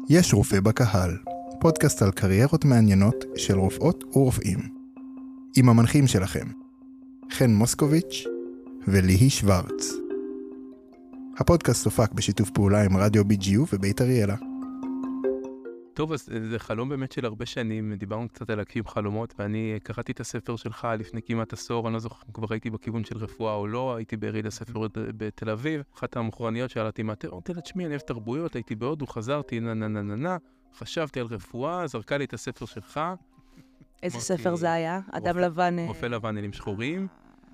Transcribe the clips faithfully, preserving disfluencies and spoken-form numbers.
יש רופא בקהל, פודקאסט על קריירות מעניינות של רופאות ורופאים. עם המנחים שלכם, חן מוסקוביץ' וליהי שוורץ. הפודקאסט הופק בשיתוף פעולה עם רדיו בי ג'י יו ובית אריאלה. טוב, אז זה חלום באמת של הרבה שנים, דיברנו קצת על להגשים חלומות, ואני קראתי את הספר שלך לפני כמעט עשור, אני לא זוכר, כבר הייתי בכיוון של רפואה או לא, הייתי ביריד הספר בתל אביב, אחת המחורניות שאלתי מהתר, אמרתי לה, תשמעי, אני אוהב תרבויות, הייתי בהודו, חזרתי, נה נה נה נה נה, חשבתי על רפואה, זרקה לי את הספר שלך. איזה ספר זה היה? אדם לבן. רופא לבן אלים שחורים.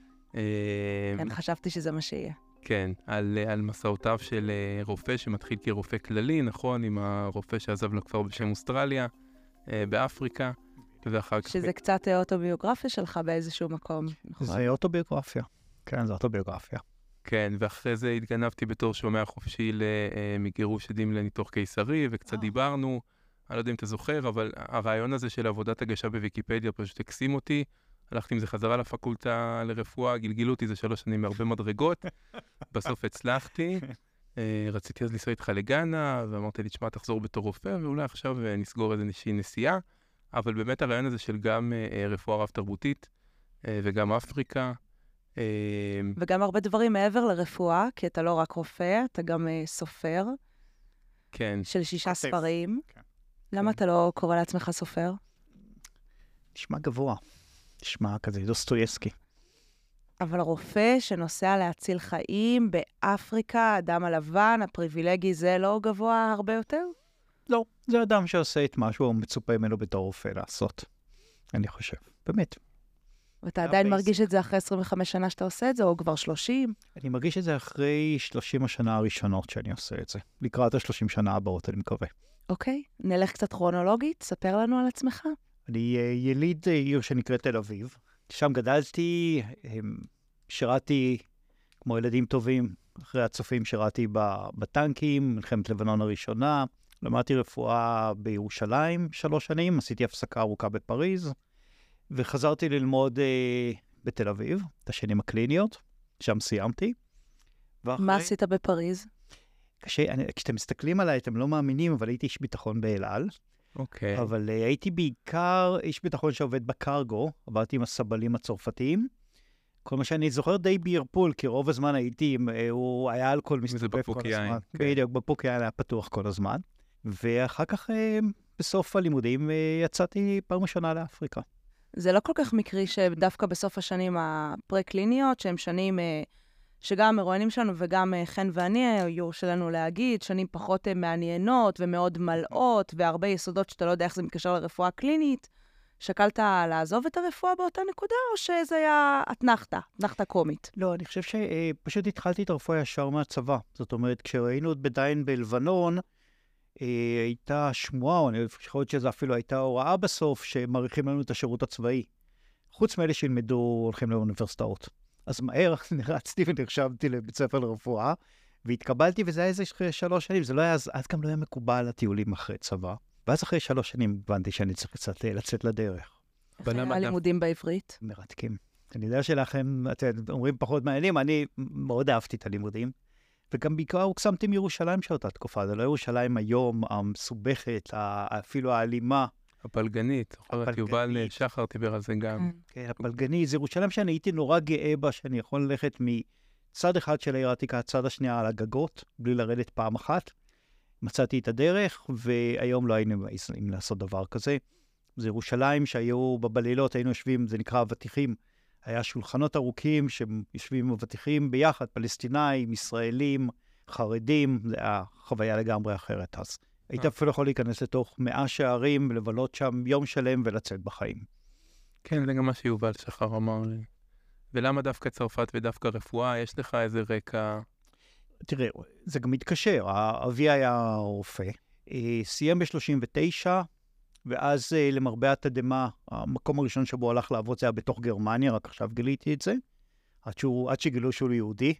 כן, חשבתי שזה מה שיהיה. כן, על, על מסעותיו של רופא שמתחיל כרופא כללי, נכון, עם הרופא שעזב לכפר בשם אוסטרליה, באפריקה, ואחר כך... שזה קצת אוטוביוגרפיה שלך באיזשהו מקום, נכון? זה אוטוביוגרפיה, כן, זה אוטוביוגרפיה. כן, ואחרי זה התגנבתי בתור שומע חופשי מגירוש עדים לניתוח קיסרי, וקצת דיברנו, אני לא יודע אם אתה זוכר, אבל הרעיון הזה של עבודת הגשה בוויקיפדיה פשוט הקסים אותי, הלכתי עם זה חזרה לפקולטה לרפואה, גלגלו אותי זה שלוש שנים מהרבה מדרגות, בסוף הצלחתי, רציתי אז לנסוע איתך לגאנה, ואמרתי לי, תשמע, תחזור בתור רופא, ואולי עכשיו נסגור איזושהי נסיעה, אבל באמת הרעיון הזה של גם רפואה רב-תרבותית, וגם אפריקה. וגם הרבה דברים מעבר לרפואה, כי אתה לא רק רופא, אתה גם סופר, כן. של שישה ספרים. כן. למה אתה לא קורא לעצמך סופר? נשמע גבוה. נשמע כזה דוסטויבסקי. אבל רופא שנוסע להציל חיים באפריקה, האדם הלבן, הפריבילגי, זה לא גבוה הרבה יותר? לא, זה אדם שעושה את משהו, הוא מצופה ממנו בתור רופא לעשות. אני חושב, באמת. ואתה עדיין מרגיש את זה אחרי עשרים וחמש שנה שאתה עושה את זה, או כבר שלושים? אני מרגיש את זה אחרי שלושים השנה הראשונות שאני עושה את זה. לקראת ה-שלושים שנה הבאות, אני מקווה. אוקיי, נלך קצת כרונולוגית, ספר לנו על עצמך. אני יליד עיר שנקראת תל אביב. שם גדלתי, שירתי כמו ילדים טובים. אחרי הצופים שירתי בטנקים, מלחמת לבנון הראשונה. למדתי רפואה בירושלים שלוש שנים, עשיתי הפסקה ארוכה בפריז, וחזרתי ללמוד אה, בתל אביב, את השנים הקליניות, שם סיימתי. ואחרי... מה עשית בפריז? קשה, אני, כשאתם מסתכלים עליי, אתם לא מאמינים, אבל הייתי איש ביטחון באל על. אוקיי. אבל uh, הייתי בעיקר איש ביטחון שעובד בקרגו, עברתי עם הסבלים הצרפתיים. כל מה שאני זוכר די בירפול, כי רוב הזמן הייתי, uh, הוא היה אלכוהול מסתובב כל הזמן. כן. בדיוק, בפוק יין היה פתוח כל הזמן. ואחר כך, uh, בסוף הלימודים, uh, יצאתי פעם ראשונה לאפריקה. זה לא כל כך מקרי שדווקא בסוף השנים הפרה-קליניות, שהם שנים... Uh... שגם המרואיינים שלנו וגם חן ואני היו שלנו להגיד, שנים פחות מעניינות ומאוד מלאות, והרבה יסודות שאתה לא יודע איך זה מתקשר לרפואה קלינית. שקלת לעזוב את הרפואה באותה נקודה, או שזה היה אתנחתה, אתנחתה קומית? לא, אני חושב שפשוט התחלתי את הרפואה ישר מהצבא. זאת אומרת, כשראינו עוד בדיין בלבנון, הייתה שמועה, או אני חושב שזה אפילו הייתה הוראה בסוף, שמעריכים לנו את השירות הצבאי. חוץ מאלה שילמדו הולכים לאוניברסיטאות. אז מהר נרצתי ונרשמתי לבית ספר לרפואה, והתקבלתי, וזה היה איזה שלוש שנים. זה לא היה, אז, אז גם לא היה מקובל הטיולים אחרי צבא. ואז אחרי שלוש שנים הבנתי שאני צריך קצת לצאת לדרך. איך היה הלימודים בעברית? מרתקים. אני יודע שלכם, אתם אומרים פחות מעניינים, אני מאוד אהבתי את הלימודים. וגם בעיקר הוקסמתי מירושלים שאותה תקופה. זה לא ירושלים היום המסובכת, אפילו האלימה. הפלגנית, אחרת יובל שחר דיבר על זה גם. כן, הפלגנית, זה ירושלים שאני הייתי נורא גאה בה, שאני יכול ללכת מצד אחד של העיר העתיקה, הצד השנייה על הגגות, בלי לרדת פעם אחת. מצאתי את הדרך, והיום לא היינו מעזים לעשות דבר כזה. זה ירושלים שהיו בלילות, היינו יושבים, זה נקרא אבטיחים, היה שולחנות ארוכים שיושבים עם אבטיחים ביחד, פלסטינאים, ישראלים, חרדים, זה היה חוויה לגמרי אחרת אז. היית אפילו יכול להיכנס לתוך מאה שערים, ולבלות שם יום שלם ולצאת בחיים. כן, זה גם מה שיובל שחר אמר לי. ולמה דווקא צרפת ודווקא רפואה? יש לך איזה רקע? תראה, זה גם מתקשר. אבי היה רופא. סיים ב-שלושים ותשע, ואז למרבה התדמה, המקום הראשון שבו הלך לעבוד זה היה בתוך גרמניה, רק עכשיו גיליתי את זה, עד, שהוא, עד שגילו שהוא יהודי.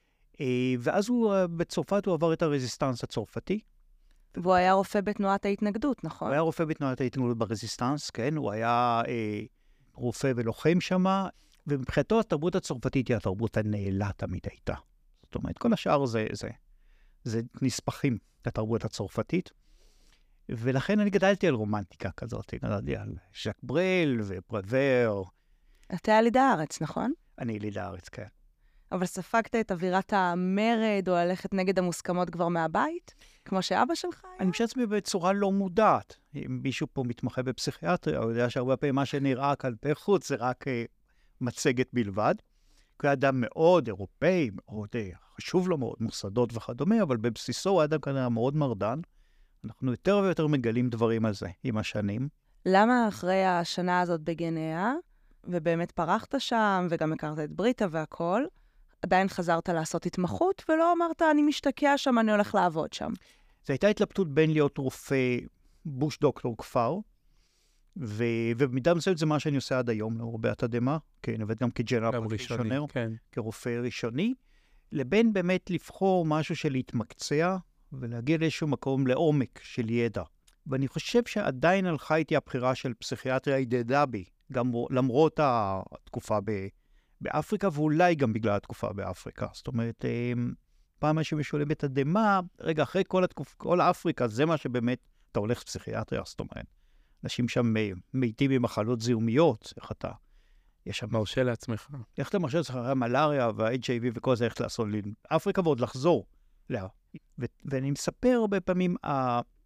ואז הוא, בצרפת הוא עבר את הרזיסטנס הצרפתי, והוא היה רופא בתנועת ההתנגדות, נכון? הוא היה רופא בתנועת ההתנגדות ברזיסטנס, כן? הוא היה אה, רופא ולוחם שמה, ומבחינתו התרבות הצרפתית היא התרבות הנעלה תמיד הייתה. זאת אומרת, כל השאר זה, זה, זה נספחים לתרבות הצרפתית. ולכן אני גדלתי על רומנטיקה כזאת, גדלתי על ז'ק ברל ופרבר. אתה יליד הארץ, נכון? אני יליד הארץ, כן. אבל ספגת את אווירת המרד או ללכת נגד המוסכמות כבר מהבית? כמו שאבא שלך היה? אני חושב לעצמי בצורה לא מודעת. אם מישהו פה מתמחה בפסיכיאטריה, הוא יודע שהרבה פעמים מה שנראה כלפי חוץ זה רק אה, מצגת בלבד. הוא היה אדם מאוד אירופאי, מאוד אה, חשוב לו מאוד, מוסדות וכדומה, אבל בבסיסו הוא אדם כנראה מאוד מרדן. אנחנו יותר ויותר מגלים דברים על זה עם השנים. למה אחרי השנה הזאת בגנאה, ובאמת פרחת שם, וגם הכרת את בריטה והכל, עדיין חזרת לעשות התמחות, ולא אמרת, אני משתקע שם, אני הולך לעבוד שם? זו הייתה התלבטות בין להיות רופא בוש דוקטור כפר, ו... ובמידה מסוימת זה מה שאני עושה עד היום, לרופא התדמה, כן, עובד גם כג'נרל פרקטישנר, כן. כרופא ראשוני, לבין באמת לבחור משהו של להתמקצע, ולהגיע לאיזשהו מקום לעומק של ידע. ואני חושב שעדיין הלכה איתי הבחירה של פסיכיאטריה הידדה בי, גם למרות התקופה ב... באפריקה, ואולי גם בגלל התקופה באפריקה. זאת אומרת, פעם מה שמשולם בתדמה, רגע, אחרי כל התקופה, כל אפריקה, זה מה שבאמת, אתה הולך פסיכיאטריה, זאת אומרת. אנשים שם מתים ממחלות זיהומיות, איך אתה... יש שם... מרשה לעצמך. איך אתה מרשה לעצמך, מלאריה וה-אייץ' איי וי וכל זה, איך לעשות לי... אפריקה ועוד לחזור. לא. ו- ואני מספר הרבה פעמים, uh,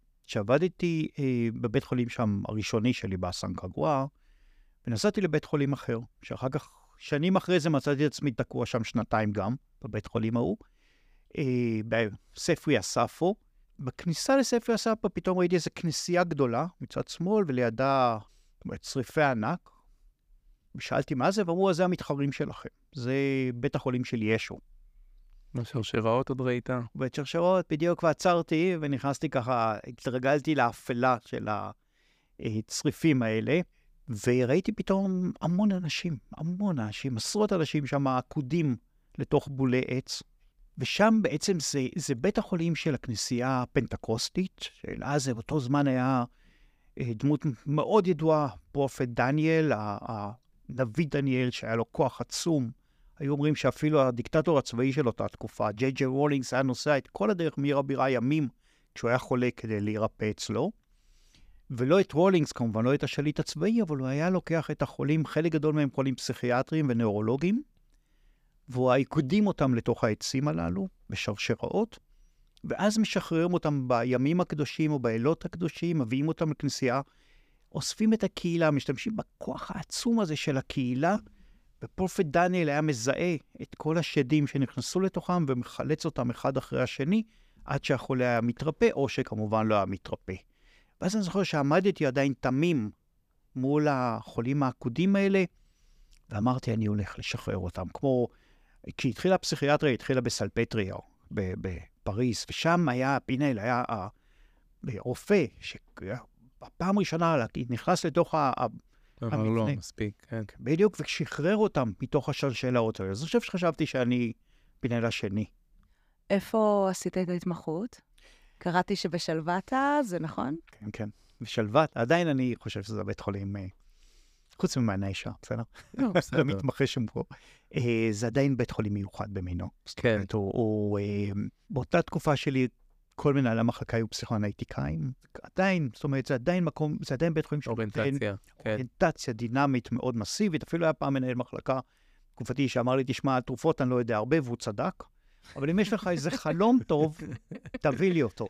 שעבדתי uh, בבית חולים שם, הראשוני שלי, בסנקגואה, ונסעתי לבית חולים אחר, שאחר כך, שנים אחרי זה מצאתי את עצמי תקוע שם שנתיים גם, בבית חולים ההוא, uh, בספרי אספו. בכניסה לספרי אספו פתאום ראיתי איזו כנסייה גדולה, מצד שמאל, ולידה צריפי ענק, ושאלתי מה זה, ואמרו, זה המתחרים שלכם. זה בית החולים של ישו. בשרשראות עוד ראית? בשרשראות, בדיוק ועצרתי, ונכנסתי ככה, התרגלתי לאפלה של הצריפים האלה, וראיתי פתאום המון אנשים, המון אנשים, עשרות אנשים שם עקודים לתוך בולי עץ, ושם בעצם זה, זה בית החולים של הכנסייה הפנטקוסטית, של אז באותו זמן היה דמות מאוד ידועה, פרופט דניאל, הנביא דניאל, שהיה לו כוח עצום, היו אומרים שאפילו הדיקטטור הצבאי של אותה תקופה, ג'יי ג'יי רולינגס, היה נוסע את כל הדרך מעיר הבירה ימים, כשהוא היה חולה כדי להירפא אצלו. ולא את רולינגס, כמובן, לא את השליט הצבאי, אבל הוא היה לוקח את החולים, חלק גדול מהם חולים פסיכיאטריים ונאורולוגיים, והוא העיקודים אותם לתוך העצים הללו, בשרשראות, ואז משחררים אותם בימים הקדושים או בלילות הקדושים, מביאים אותם לכנסייה, אוספים את הקהילה, משתמשים בכוח העצום הזה של הקהילה, ופרופט דניאל היה מזהה את כל השדים שנכנסו לתוכם ומחלץ אותם אחד אחרי השני, עד שהחולה היה מתרפא, או שכמובן לא היה מתרפא. ואז אני זוכר שעמדתי עדיין תמים מול החולים העקודים האלה, ואמרתי, אני הולך לשחרר אותם. כמו, כשהתחילה הפסיכיאטריה, התחילה בסלפטריה, בפריס, ושם היה, פינל, היה רופא, שבפעם ראשונה נכנס לתוך ה... אבל לא, מספיק, כן. בדיוק, ושחרר אותם מתוך השלשלות. אז אני חושב שחשבתי שאני פינל השני. איפה עשית את ההתמחות? קראתי שבשלוותה, זה נכון? כן, כן. בשלוות, עדיין אני חושב שזה בית חולים, חוץ ממעייני אישה, בסדר? לא, בסדר. מתמחה שם פה. זה עדיין בית חולים מיוחד במינו. כן. הוא, באותה תקופה שלי, כל מנהלי המחלקה היו פסיכואנליטיקאים. עדיין, זאת אומרת, זה עדיין מקום, זה עדיין בית חולים של... אוריינטציה, כן. אוריינטציה דינמית מאוד מסיבית. אפילו היה פעם מנהל מחלקה תקופתי שאמר לי, תשמע, התרופות אני לא יודע הרבה, והוא צדק. אבל אם יש לך איזה חלום טוב, תביא לי אותו.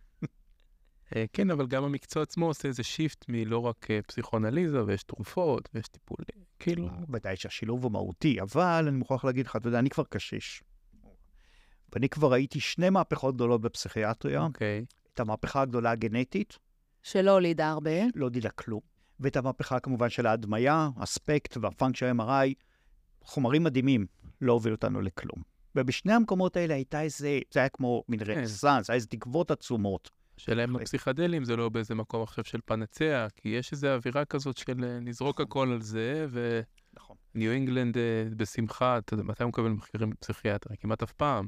כן, אבל גם המקצוע עצמו עושה איזה שיפט מלא רק פסיכואנליזה, ויש תרופות, ויש טיפול, כאילו... ודאי שהשילוב הוא מהותי, אבל אני מוכרח להגיד לך, אתה יודע, אני כבר קשיש. ואני כבר ראיתי שני מהפכות גדולות בפסיכיאטריה. אוקיי. את המהפכה הגדולה הגנטית. שלא הולידה הרבה. לא הולידה כלום. ואת המהפכה כמובן של ההדמיה, הספקט והפונקציה אם אר איי, חומרים מדהימים, לא הובילו אותנו לכלום. ובשני המקומות האלה הייתה איזה, זה היה כמו מין רנסנס, היה איזה תקוות עצומות. שלהם הפסיכדלים זה לא באיזה מקום עכשיו של פנציה, כי יש איזו אווירה כזאת של נזרוק הכל על זה, וניו אינגלנד בשמחה, אתה יודע, מתי הוא מקבל מחקרים בפסיכיאטריה? כמעט אף פעם.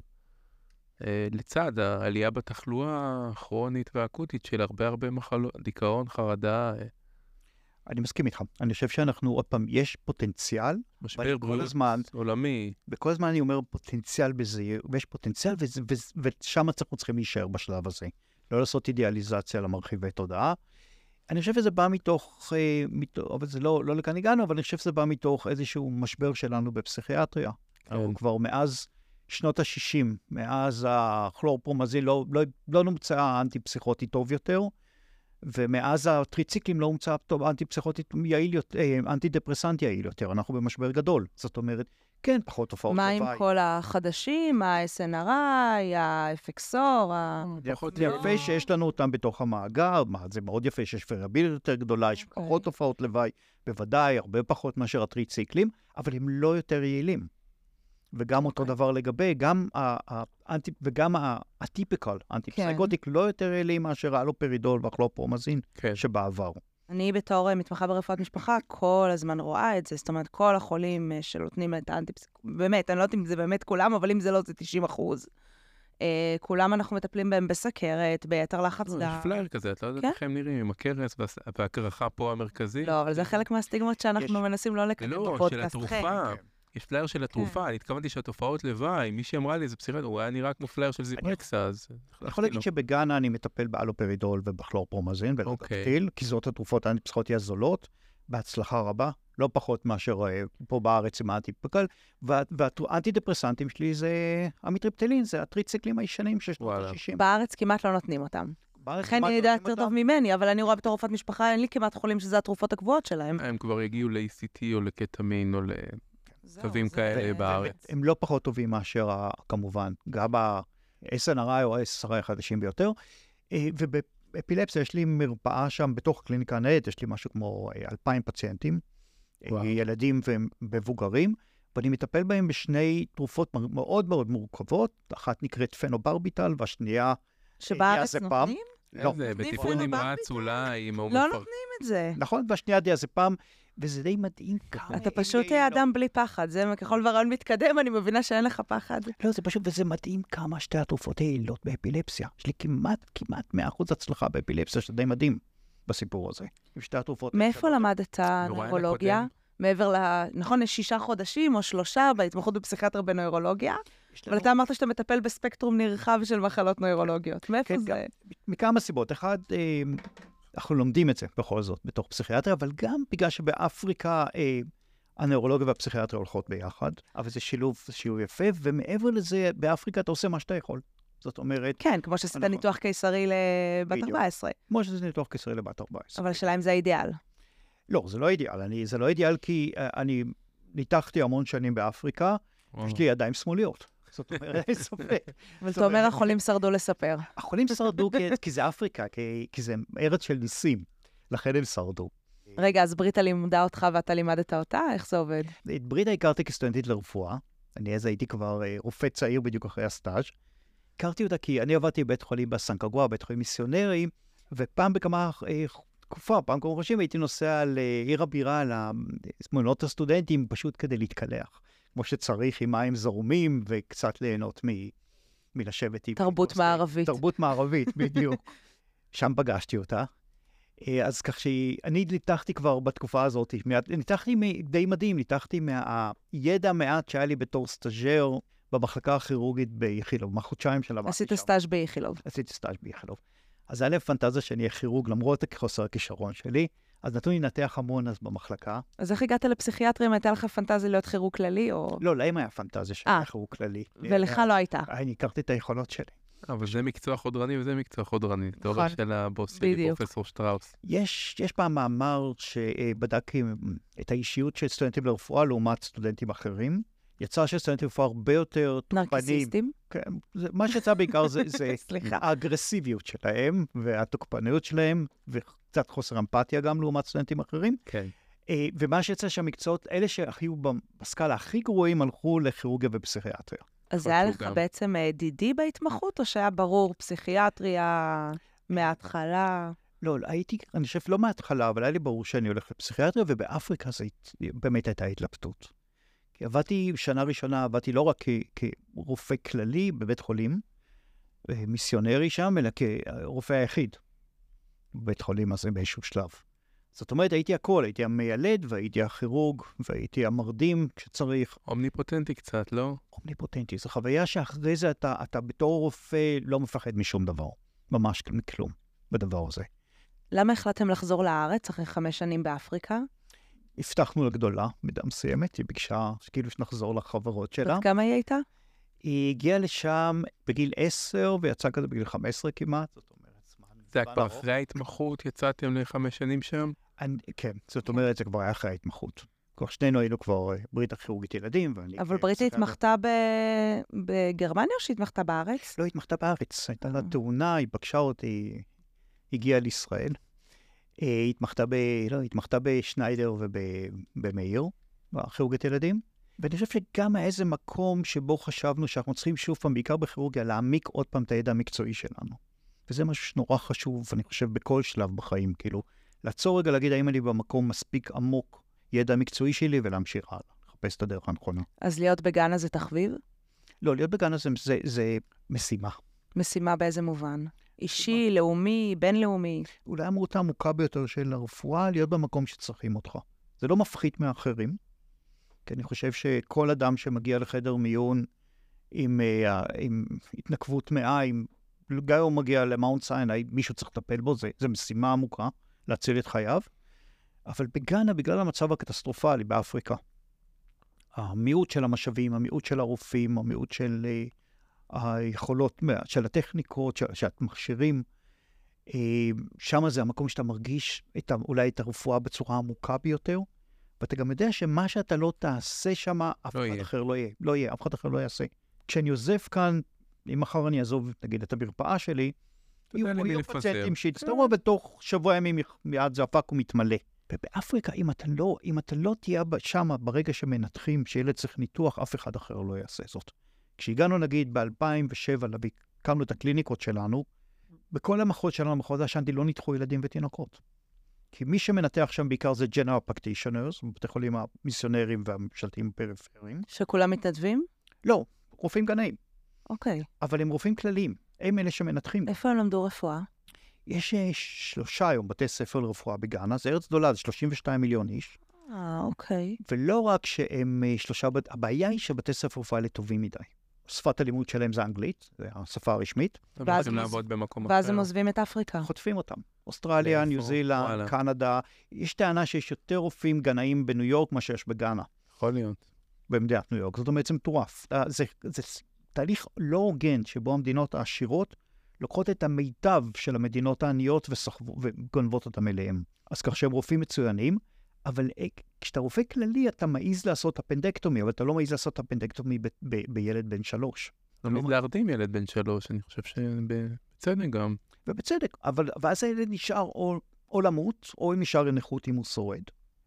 לצד העלייה בתחלואה הכרונית והאקוטית של הרבה הרבה מחלות, דיכאון, חרדה. אני מסכים איתך. אני חושב שאנחנו, עוד פעם, יש פוטנציאל. משבר בריאות עולמי. בכל הזמן אני אומר פוטנציאל בזה, ויש פוטנציאל, ושם אנחנו צריכים להישאר בשלב הזה. לא לעשות אידיאליזציה למרחיבי תודעה. אני חושב שזה בא מתוך, אה, מתוך אבל זה לא, לא לכאן הגענו, אבל אני חושב שזה בא מתוך איזשהו משבר שלנו בפסיכיאטריה. כן. אנחנו כבר מאז שנות ה-שישים, מאז הכלורפרומזין, לא, לא, לא נומצא האנטי-פסיכוטי טוב יותר, ומאז הטריציקלים לא הומצא אנטי-פסיכוטי יעיל יותר, אנטי-דפרסנטי יעיל יותר. אנחנו במשבר גדול. זאת אומרת, כן, פחות תופעות מה לוואי. עם כל החדשים, ה-אס אן אר איי, ה-אף אקס או, ה... פחות זה יפה שיש לנו אותם בתוך המאגר, מה, זה מאוד יפה שיש וריאביליות יותר גדולה, יש אוקיי. פחות תופעות לוואי, בוודאי, הרבה פחות מאשר הטריציקלים, אבל הם לא יותר יעילים. וגם אותו דבר לגבי, גם האנטי, וגם הטיפיקל, אנטי-פסיכוטיק, לא יותר יעילים מאשר האלופרידול והכלופרומזין כן. שבעבר. אני בתור מתמחה ברפואת משפחה כל הזמן רואה את זה, זאת אומרת, כל החולים אה, שנותנים את האנטי-פסיכוטיק, באמת, אני לא יודעת אם זה באמת כולם, אבל אם זה לא, זה תשעים אחוז. אה, כולם אנחנו מטפלים בהם בסכרת, ביתר לחץ לא, דם. יש פלייר כזה, את לא יודעת כן? איך הם נראים, עם הכרס והס- והקרחה פה המרכזי. לא, אבל זה חלק מהסטיגמות שאנחנו יש- מנסים לא לקדם לא, של בפודקאסט. התרופה. כן. יש פלייר של התרופה, אני התכוונתי שהתופעות לוואי, מישהי אמרה לי, זה פסיכיאטר, הוא היה נראה כמו פלייר של זיפרקסה, אז... אני יכול להגיד שבגאנה אני מטפל באלופרידול ובכלורפרומזין ולדקטיל, כי זאת התרופות האנטי-פסיכוטיות הזולות, בהצלחה רבה, לא פחות מאשר אה, פה בארץ עם האנטיפיקל, והאנטי-דפרסנטים שלי זה המיטריפטלין, זה הטריציקלים הישנים של שנות וואלה. ה-שישים. בארץ כמעט לא נותנים אותם. בארץ לכן כמעט אני לא יודעת נותנים יותר טוב אותם. ממני, אבל אני רואה בתור רופאת משפחה, אין לי כמעט חולים שזה התרופות הקבועות שלהם. הם כבר הגיעו ל-אי סי טי או לקטמין או לתווים זה- כאלה ו- בארץ. הם לא פחות טובים מאשר, ה- כמובן, גם ה-אס אן אר איי או ה-אס אר איי החדשים ביותר. אה, ובאפילפסיה יש לי מרפאה שם בתוך קליניקה ניידת, יש לי משהו כמו אה, אלפיים פציינטים, אה, וואו. ילדים ומבוגרים, ואני מטפל בהם בשני תרופות מ- מאוד מאוד מורכבות, אחת נקראת פנוברביטל והשנייה, שבארץ דיאזפם. נותנים? לא, איזה, נותנים בטיפול פנוברביטל? נמרץ אולי, עם לא ההומופר... נותנים את זה. נכון, והשנייה דיאזפם, וזה די מדהים כמה... אתה הם פשוט יעילות. אדם בלי פחד. זה ככל והרעיון מתקדם, אני מבינה שאין לך פחד. לא, זה פשוט, וזה מדהים כמה שתי התרופות יעילות באפילפסיה. יש לי כמעט, כמעט מאה אחוז הצלחה באפילפסיה, שזה די מדהים בסיפור הזה. עם שתי התרופות. מאיפה האלה. למדת נוירולוגיה? הקודם. מעבר ל... נכון, יש שישה חודשים או שלושה בהתמחות בפסיכיאטר בנוירולוגיה, יש אבל לנו- אתה אמרת שאתה מטפל בספקטרום נרחב של מחלות נוירולוגיות. מאיפה כן, זה? מכמה סיבות. אחד, אה, אנחנו לומדים את זה בכל זאת בתוך פסיכיאטריה, אבל גם בגלל שבאפריקה אה, הנוירולוגיה והפסיכיאטריה הולכות ביחד, אבל זה שילוב, זה שילוב יפה, ומעבר לזה, באפריקה אתה עושה מה שאתה יכול. זאת אומרת, כן, כמו שעשית נכון. ניתוח קיסרי לבת בדיוק. ארבע עשרה. כמו שזה ניתוח קיסרי לבת ארבע עשרה. אבל השאלה אם זה האידיאל. לא, זה לא אידיאל. אני, זה לא אידיאל כי uh, אני ניתחתי המון שנים באפריקה, וואו. יש לי ידיים שמאליות. זאת אומרת, אין ספק. אבל זאת אתה אומר, אומרת- החולים שרדו לספר. החולים שרדו כי, כי זה אפריקה, כי, כי זה ארץ של ניסים. לכן הם שרדו. רגע, אז בריטה לימדה אותך ואתה לימדת אותה? איך זה עובד? את ברידה הכרתי כסטודנטית לרפואה. אני אז הייתי כבר uh, רופא צעיר בדיוק אחרי הסטאז'. הכרתי אותה כי אני עבדתי בבית חולים בסנקגואה, בית חולים מיסיונרי, ופעם בכמה uh, תקופה, פעם כמה חודשים הייתי נוסע לעיר הבירה, למעונות הסטודנטים, פשוט כדי להתקלח. כמו שצריך, עם מים זרומים, וקצת ליהנות מ... מלשבת עם... תרבות כוס- מערבית. תרבות מערבית, בדיוק. שם פגשתי אותה. אה, אז כך שאני ניתחתי כבר בתקופה הזאת, מיד- ניתחתי מ- די מדהים, ניתחתי מהידע המעט שהיה לי בתור סטאז'ר במחלקה הכירורגית באיכילוב, מהחודשיים שלמדתי שם. עשית סטאז' באיכילוב. עשיתי סטאז' באיכילוב. אז היה לי פנטזיה שאני אהיה כירורג, למרות חוסר הכישרון שלי, אז נתנו לי לנתח המון אז במחלקה. אז איך הגעת לפסיכיאטרים? הייתה לך פנטזיה להיות כירורג כללי, או... לא, להם היה פנטזיה שאני אה. אהיה כירורג כללי. ולך אה, לא הייתה. אני הכרתי את היכולות שלי. אבל זה מקצוע חודרני וזה מקצוע חודרני. תיאוריה נכון. של הבוס שלי, בדיוק. פרופסור שטראוס. יש, יש פעם מאמר שבדק את האישיות של סטודנטים לרפואה לעומת סטודנטים אחרים. יצא שסטודנטים לרפואה הרבה יותר תוקפנים. נרקיסיסטים? כן, זה, מה שיצא בעיקר זה, זה סליחה. האגרסיביות שלהם והתוקפניות שלהם, וקצת חוסר אמפתיה גם לעומת סטודנטים אחרים. כן. אה, ומה שיצא שהמקצועות, אלה שהיו בסקאלה הכי גרועים, הלכו לכירורגיה ופסיכיאטריה. אז זה היה חשוב לך גם. בעצם אה, דידי בהתמחות, או שהיה ברור פסיכיאטריה מההתחלה? לא, הייתי, אני חושב, לא מההתחלה, אבל היה לי ברור שאני הולך לפסיכיאטריה, ובאפריקה זה באמת הייתה התלבטות. כי עבדתי, שנה ראשונה עבדתי לא רק כ- כרופא כללי בבית חולים, אה, מיסיונרי שם, אלא כרופא היחיד בבית חולים הזה באיזשהו שלב. זאת אומרת, הייתי הכל, הייתי המיילד, והייתי הכירורג, והייתי המרדים כשצריך. אומניפוטנטי קצת, לא? אומניפוטנטי. זו חוויה שאחרי זה אתה, אתה בתור רופא לא מפחד משום דבר. ממש מכלום בדבר הזה. למה החלטתם לחזור לארץ אחרי חמש שנים באפריקה? הבטחנו לגדולה, מידה מסוימת, היא ביקשה כאילו שנחזור לחברות שלה. בת כמה היא הייתה? היא הגיעה לשם בגיל עשר, ויצאה כזה בגיל חמש עשרה כמעט, זאת אומרת, זמן... זה היה כבר אחרי ההתמחות, יצאתם לחמש שנים שם? אני, כן, זאת אומרת, זה כבר היה אחרי ההתמחות. כבר שנינו היינו כבר ברית הכירורגית ילדים, ואני... אבל ברית התמחתה ב... בגרמניה או שהתמחתה בארץ? לא, התמחתה בארץ. הייתה לה אה. תאונה, היא פגשה אותי, הגיעה לישראל. היא התמחתה ב... לא, התמחתה בשניידר ובמאיר, בכירורגית ילדים. ואני חושב שגם היה איזה מקום שבו חשבנו שאנחנו צריכים שוב פעם, בעיקר בכירורגיה, להעמיק עוד פעם את הידע המקצועי שלנו. וזה משהו שנורא חשוב, אני חושב, בכל שלב בחיים, כאילו, לעצור רגע להגיד, האם אני במקום מספיק עמוק ידע המקצועי שלי, ולהמשיך הלאה, לחפש את הדרך הנכונה. אז להיות בגאנה זה תחביב? לא, להיות בגאנה זה, זה, זה משימה. משימה באיזה מובן? אישי, לאומי, בינלאומי? אולי המהות העמוקה ביותר של הרפואה, להיות במקום שצריכים אותך. זה לא מפחית מאחרים, כי אני חושב שכל אדם שמגיע לחדר מיון עם, עם התנקבות מאה, עם, גם הוא מגיע למאונט סיני, מישהו צריך לטפל בו, זה, זה משימה עמוקה, להציל את חייו. אבל בגאנה, בגלל המצב הקטסטרופלי באפריקה, המיעוט של המשאבים, המיעוט של הרופאים, המיעוט של uh, היכולות, של הטכניקות, של, של המכשירים, uh, שם זה המקום שאתה מרגיש את, אולי את הרפואה בצורה עמוקה ביותר, ואתה גם יודע שמה שאתה לא תעשה שם, אף לא אחד יהיה. אחר לא יהיה. לא יהיה, אף אחד אחר לא יעשה. כשאני עוזב כאן, אם מחר אני אעזוב, נגיד, את המרפאה שלי, יודע למי יהיו לפזר. פציינטים שיצטרו, בתוך שבוע ימים מיד זה הפק ומתמלא. ובאפריקה, אם אתה לא, אם אתה לא תהיה שם ברגע שמנתחים שילד צריך ניתוח, אף אחד אחר לא יעשה זאת. כשהגענו, נגיד, ב-אלפיים ושבע, הקמנו את הקליניקות שלנו, בכל המחוז שלנו, המחוז השנתי, לא ניתחו ילדים ותינוקות. כי מי שמנתח שם בעיקר זה General Practitioners, בבתי חולים המיסיונרים והממשלתיים פריפריים. שכולם מתנדבים? לא, רופאים גנאים. אוקיי. אבל הם רופאים כלליים. הם אלה שמנתחים. איפה הם למדו רפואה? יש אה, שלושה היום בתי ספר לרפואה בגאנה, זה ארץ גדולה, זה שלושים ושניים מיליון איש. אה, אוקיי. ולא רק שהם אה, שלושה, בת- הבעיה היא שבתי ספר רפואה האלה טובים מדי. שפת הלימוד שלהם זה אנגלית, זה השפה הרשמית. הם ואז רוצים הם- לעבוד במקום ואז אחר. הם עוזבים את אפריקה. חוטפים אותם. אוסטרליה, לאיפה? ניו זילנד, וואלה. קנדה. יש טענה שיש יותר רופאים גנאים בניו יורק מה שיש בגאנה, יכול להיות. במדינת ניו יורק. זאת אומרת, זה מטורף. אה, זה, זה תהליך לא הוגן שבו המדינות העשירות לוקחות את המיטב של המדינות העניות וסחבו- וגונבות אותם אליהם. אז כך שהם רופאים מצוינים, אבל אה, כשאתה רופא כללי אתה מעיז לעשות אפנדקטומי, אבל אתה לא מעיז לעשות אפנדקטומי ב- ב- בילד בן שלוש. לא לא- מתלהרדים ילד בן שלוש, אני חושב שבצדק גם. ובצדק, אבל ואז הילד נשאר או, או למות, או אם נשאר לנכות אם הוא שורד.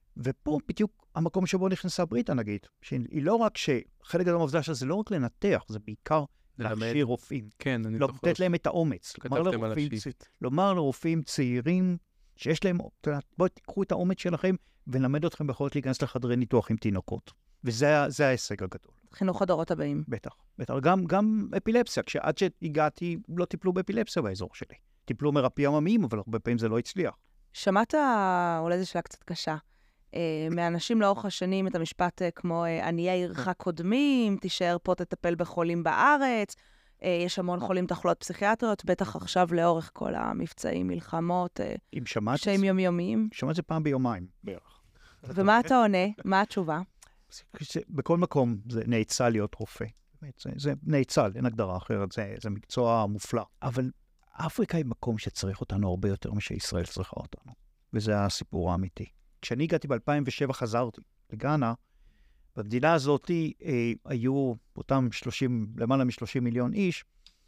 ופה בדיוק המקום שבו נכנסה בריטה, נגיד, שהיא לא רק שחלק גדול מהעובדה שלה זה לא רק לנתח, זה בעיקר ללמד. להכשיר רופאים. כן, אני לא, זוכר לתת להם את האומץ. לומר שכתבתם על לרופאים, השיט. לומר לרופאים צעירים שיש להם, אתה יודע, בואו תיקחו את האומץ שלכם ונלמד אתכם ביכולת להיכנס לחדרי ניתוח עם תינוקות. וזה ה- זה ההישג הגדול. חינוך הדורות הבאים. בטח, בטח. גם, גם אפילפסיה, כשעד שהגעתי לא טיפלו באפילפסיה באזור שלי. טיפלו מרפי עממיים, אבל הרבה פעמים זה לא הצליח. שמעת, אולי זו שאלה קצת קשה, אה, מאנשים לאורך השנים את המשפט אה, כמו אה, עניי עירך קודמים, תישאר פה תטפל בחולים בארץ, אה, יש המון חולים תחלואות פסיכיאטריות, בטח עכשיו לאורך כל המבצעים, מלחמות, אה, אם שמעת, קשיים יומיומיים. שמעת זה פעם ביומיים בערך. ומה אתה עונה? מה התשובה? זה, בכל מקום זה נאצל להיות רופא. באמת, זה, זה נאצל, אין הגדרה אחרת, זה, זה מקצוע מופלא. אבל אפריקה היא מקום שצריך אותנו הרבה יותר משישראל צריכה אותנו. וזה הסיפור האמיתי. כשאני הגעתי ב-אלפיים ושבע חזרתי לגאנה, במדינה הזאת אה, היו אותם שלושים, למעלה מ-שלושים מיליון איש,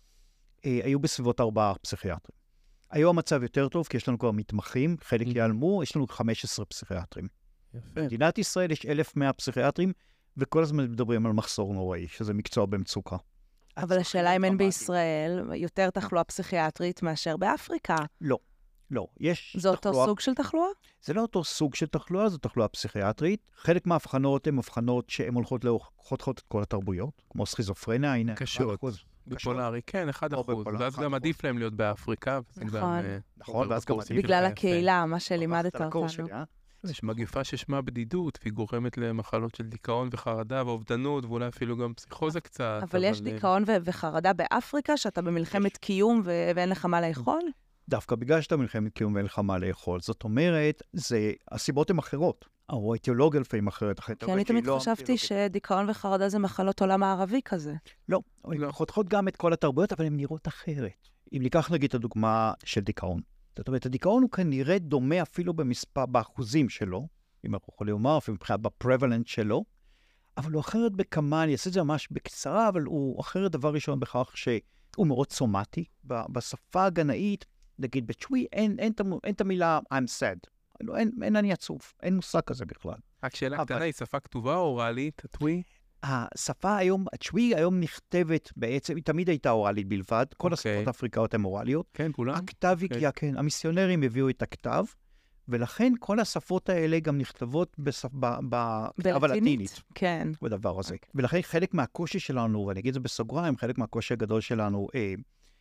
אה, היו בסביבות ארבעה פסיכיאטרים. היום המצב יותר טוב, כי יש לנו כבר מתמחים, חלק ייעלמו, יש לנו חמישה עשר פסיכיאטרים. יפה. במדינת ישראל יש אלף ומאה פסיכיאטרים, וכל הזמן מדברים על מחסור נוראי, שזה מקצוע במצוקה. אבל השאלה אם אין דרמטי. בישראל יותר תחלואה פסיכיאטרית מאשר באפריקה. לא, לא. יש זה אותו תחלואה- סוג של תחלואה? זה לא אותו סוג של תחלואה, זו תחלואה פסיכיאטרית. חלק מההבחנות הן הבחנות שהן הולכות לאורך, חותכות את כל התרבויות, כמו סכיזופרניה, הנה. קשות. אחוז. ביפולרי, כן, אחד או אחוז. ביפולר, ואז אחד גם אחוז. עדיף להם להיות באפריקה. וזה נכון. גם, אה, נכון, ואז גם בקורסים עדיף. שלך בגלל יפה. הקהילה, מה שלימדת עברת על הקורס אותנו. שלי, אה? יש מגפה ששמה בדידות, והיא גורמת למחלות של דיכאון וחרדה ואובדנות, ואולי אפילו גם פסיכוזה קצת. אבל יש דיכאון ו- וחרדה באפריקה, שאתה במלחמת קיום ו- ואין לך מה לאכול? דווקא בגלל שאתה מלחמת קיום ואין לך מה לאכול. זאת אומרת, זה, הסיבות הן אחרות. או האטיולוגיה לפעמים אחרת. כי אני תמיד חשבתי שדיכאון וחרדה זה מחלות עולם הערבי כזה. לא, הן חותכות גם את כל התרבויות, אבל הן נראות אחרת. אם ניקח נגיד את הדוגמה של דיכאון. זאת אומרת, הדיכאון הוא כנראה דומה אפילו במספר, באחוזים שלו, אם אנחנו יכולים לומר, אפילו מבחינת בפרבלנט שלו, אבל הוא אחרת בכמה, אני אעשה את זה ממש בקצרה, אבל הוא אחרת דבר ראשון בכך שהוא מאוד סומטי. בשפה הגנאית, נגיד בצ'ווי, אין, אין, אין, אין את המילה I'm sad. לא, אין, אין אני עצוב, אין מושג כזה בכלל. רק שאלה אבל... קטנה, היא שפה כתובה או אוראלית, הטווי? השפה היום, הצ'ווי היום נכתבת בעצם, היא תמיד הייתה אוראלית בלבד, כל okay. השפות האפריקאיות הן אוראליות. כן, כולם? הכתביקיה, okay. כן, המיסיונרים הביאו את הכתב, ולכן כל השפות האלה גם נכתבות בשפ... בכתב הלטינית. כן. בדבר הזה. Okay. ולכן חלק מהקושי שלנו, ואני אגיד את זה בסוגריים, חלק מהקושי הגדול שלנו, אה,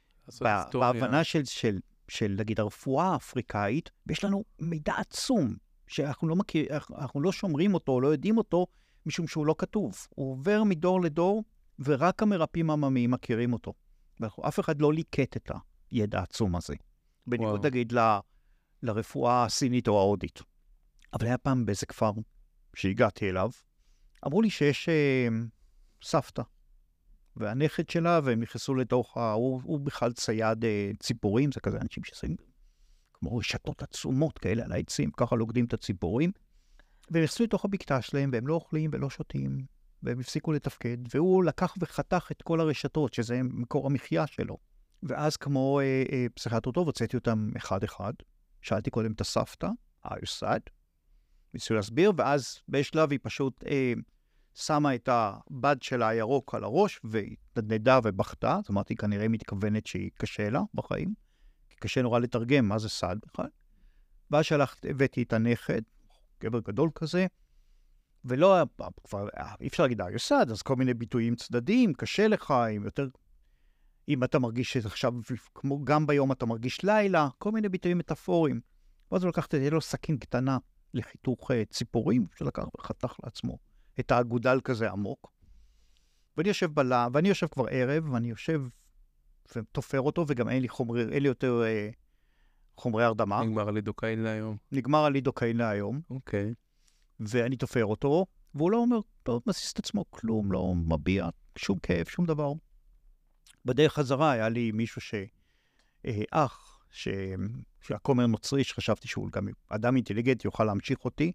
בהבנה של... של של, נגיד, הרפואה האפריקאית, ויש לנו מידע עצום, שאנחנו לא מכיר, אנחנו לא שומרים אותו, לא יודעים אותו, משום שהוא לא כתוב. הוא עובר מדור לדור, ורק המרפאים העממיים מכירים אותו. ואף אחד לא ליקט את הידע העצום הזה. בניגוד, נגיד, ל, לרפואה הסינית או ההודית. אבל היה פעם באיזה כפר שהגעתי אליו, אמרו לי שיש אה, סבתא. והנכד שלה, והם נכנסו לתוך, ה... הוא, הוא בכלל צייד אה, ציפורים, זה כזה אנשים שעושים כמו רשתות עצומות כאלה על העצים, ככה לוגדים את הציפורים, והם נכנסו לתוך הבקתה שלהם, והם לא אוכלים ולא שותים, והם הפסיקו לתפקד, והוא לקח וחתך את כל הרשתות, שזה מקור המחיה שלו. ואז כמו אה, אה, פסיכיאטר טוב, הוצאתי אותם אחד-אחד, שאלתי קודם את הסבתא, היוסד, ניסו להסביר, ואז בשלב היא פשוט... אה, שמה את הבד שלה הירוק על הראש, והתנדנדה ובכתה, זאת אומרת, היא כנראה מתכוונת שהיא קשה לה בחיים, כי קשה נורא לתרגם מה זה סד בכלל. ואז שלחתי, הבאתי את הנכד, גבר גדול כזה, ולא, כבר אי אפשר להגיד, היוסד, אז כל מיני ביטויים צדדיים, קשה לך, אם יותר, אם אתה מרגיש שעכשיו, כמו גם ביום אתה מרגיש לילה, כל מיני ביטויים מטאפוריים. ואז הוא לקח את זה, לו סכין קטנה לחיתוך ציפורים, שלקח וחתך לעצמו. את האגודל כזה עמוק. ואני יושב בלה, ואני יושב כבר ערב, ואני יושב ותופר אותו, וגם אין לי חומרי, אין לי יותר אה, חומרי הרדמה. נגמר הלידוקאין להיום. נגמר הלידוקאין להיום. אוקיי. ואני תופר אותו, והוא לא אומר, לא מסיס את עצמו כלום, לא מביע שום כאב, שום דבר. בדרך חזרה היה לי מישהו ש... אה, אח, ש... שהכומר נוצרי, שחשבתי שהוא גם אדם אינטליגנט, יוכל להמשיך אותי.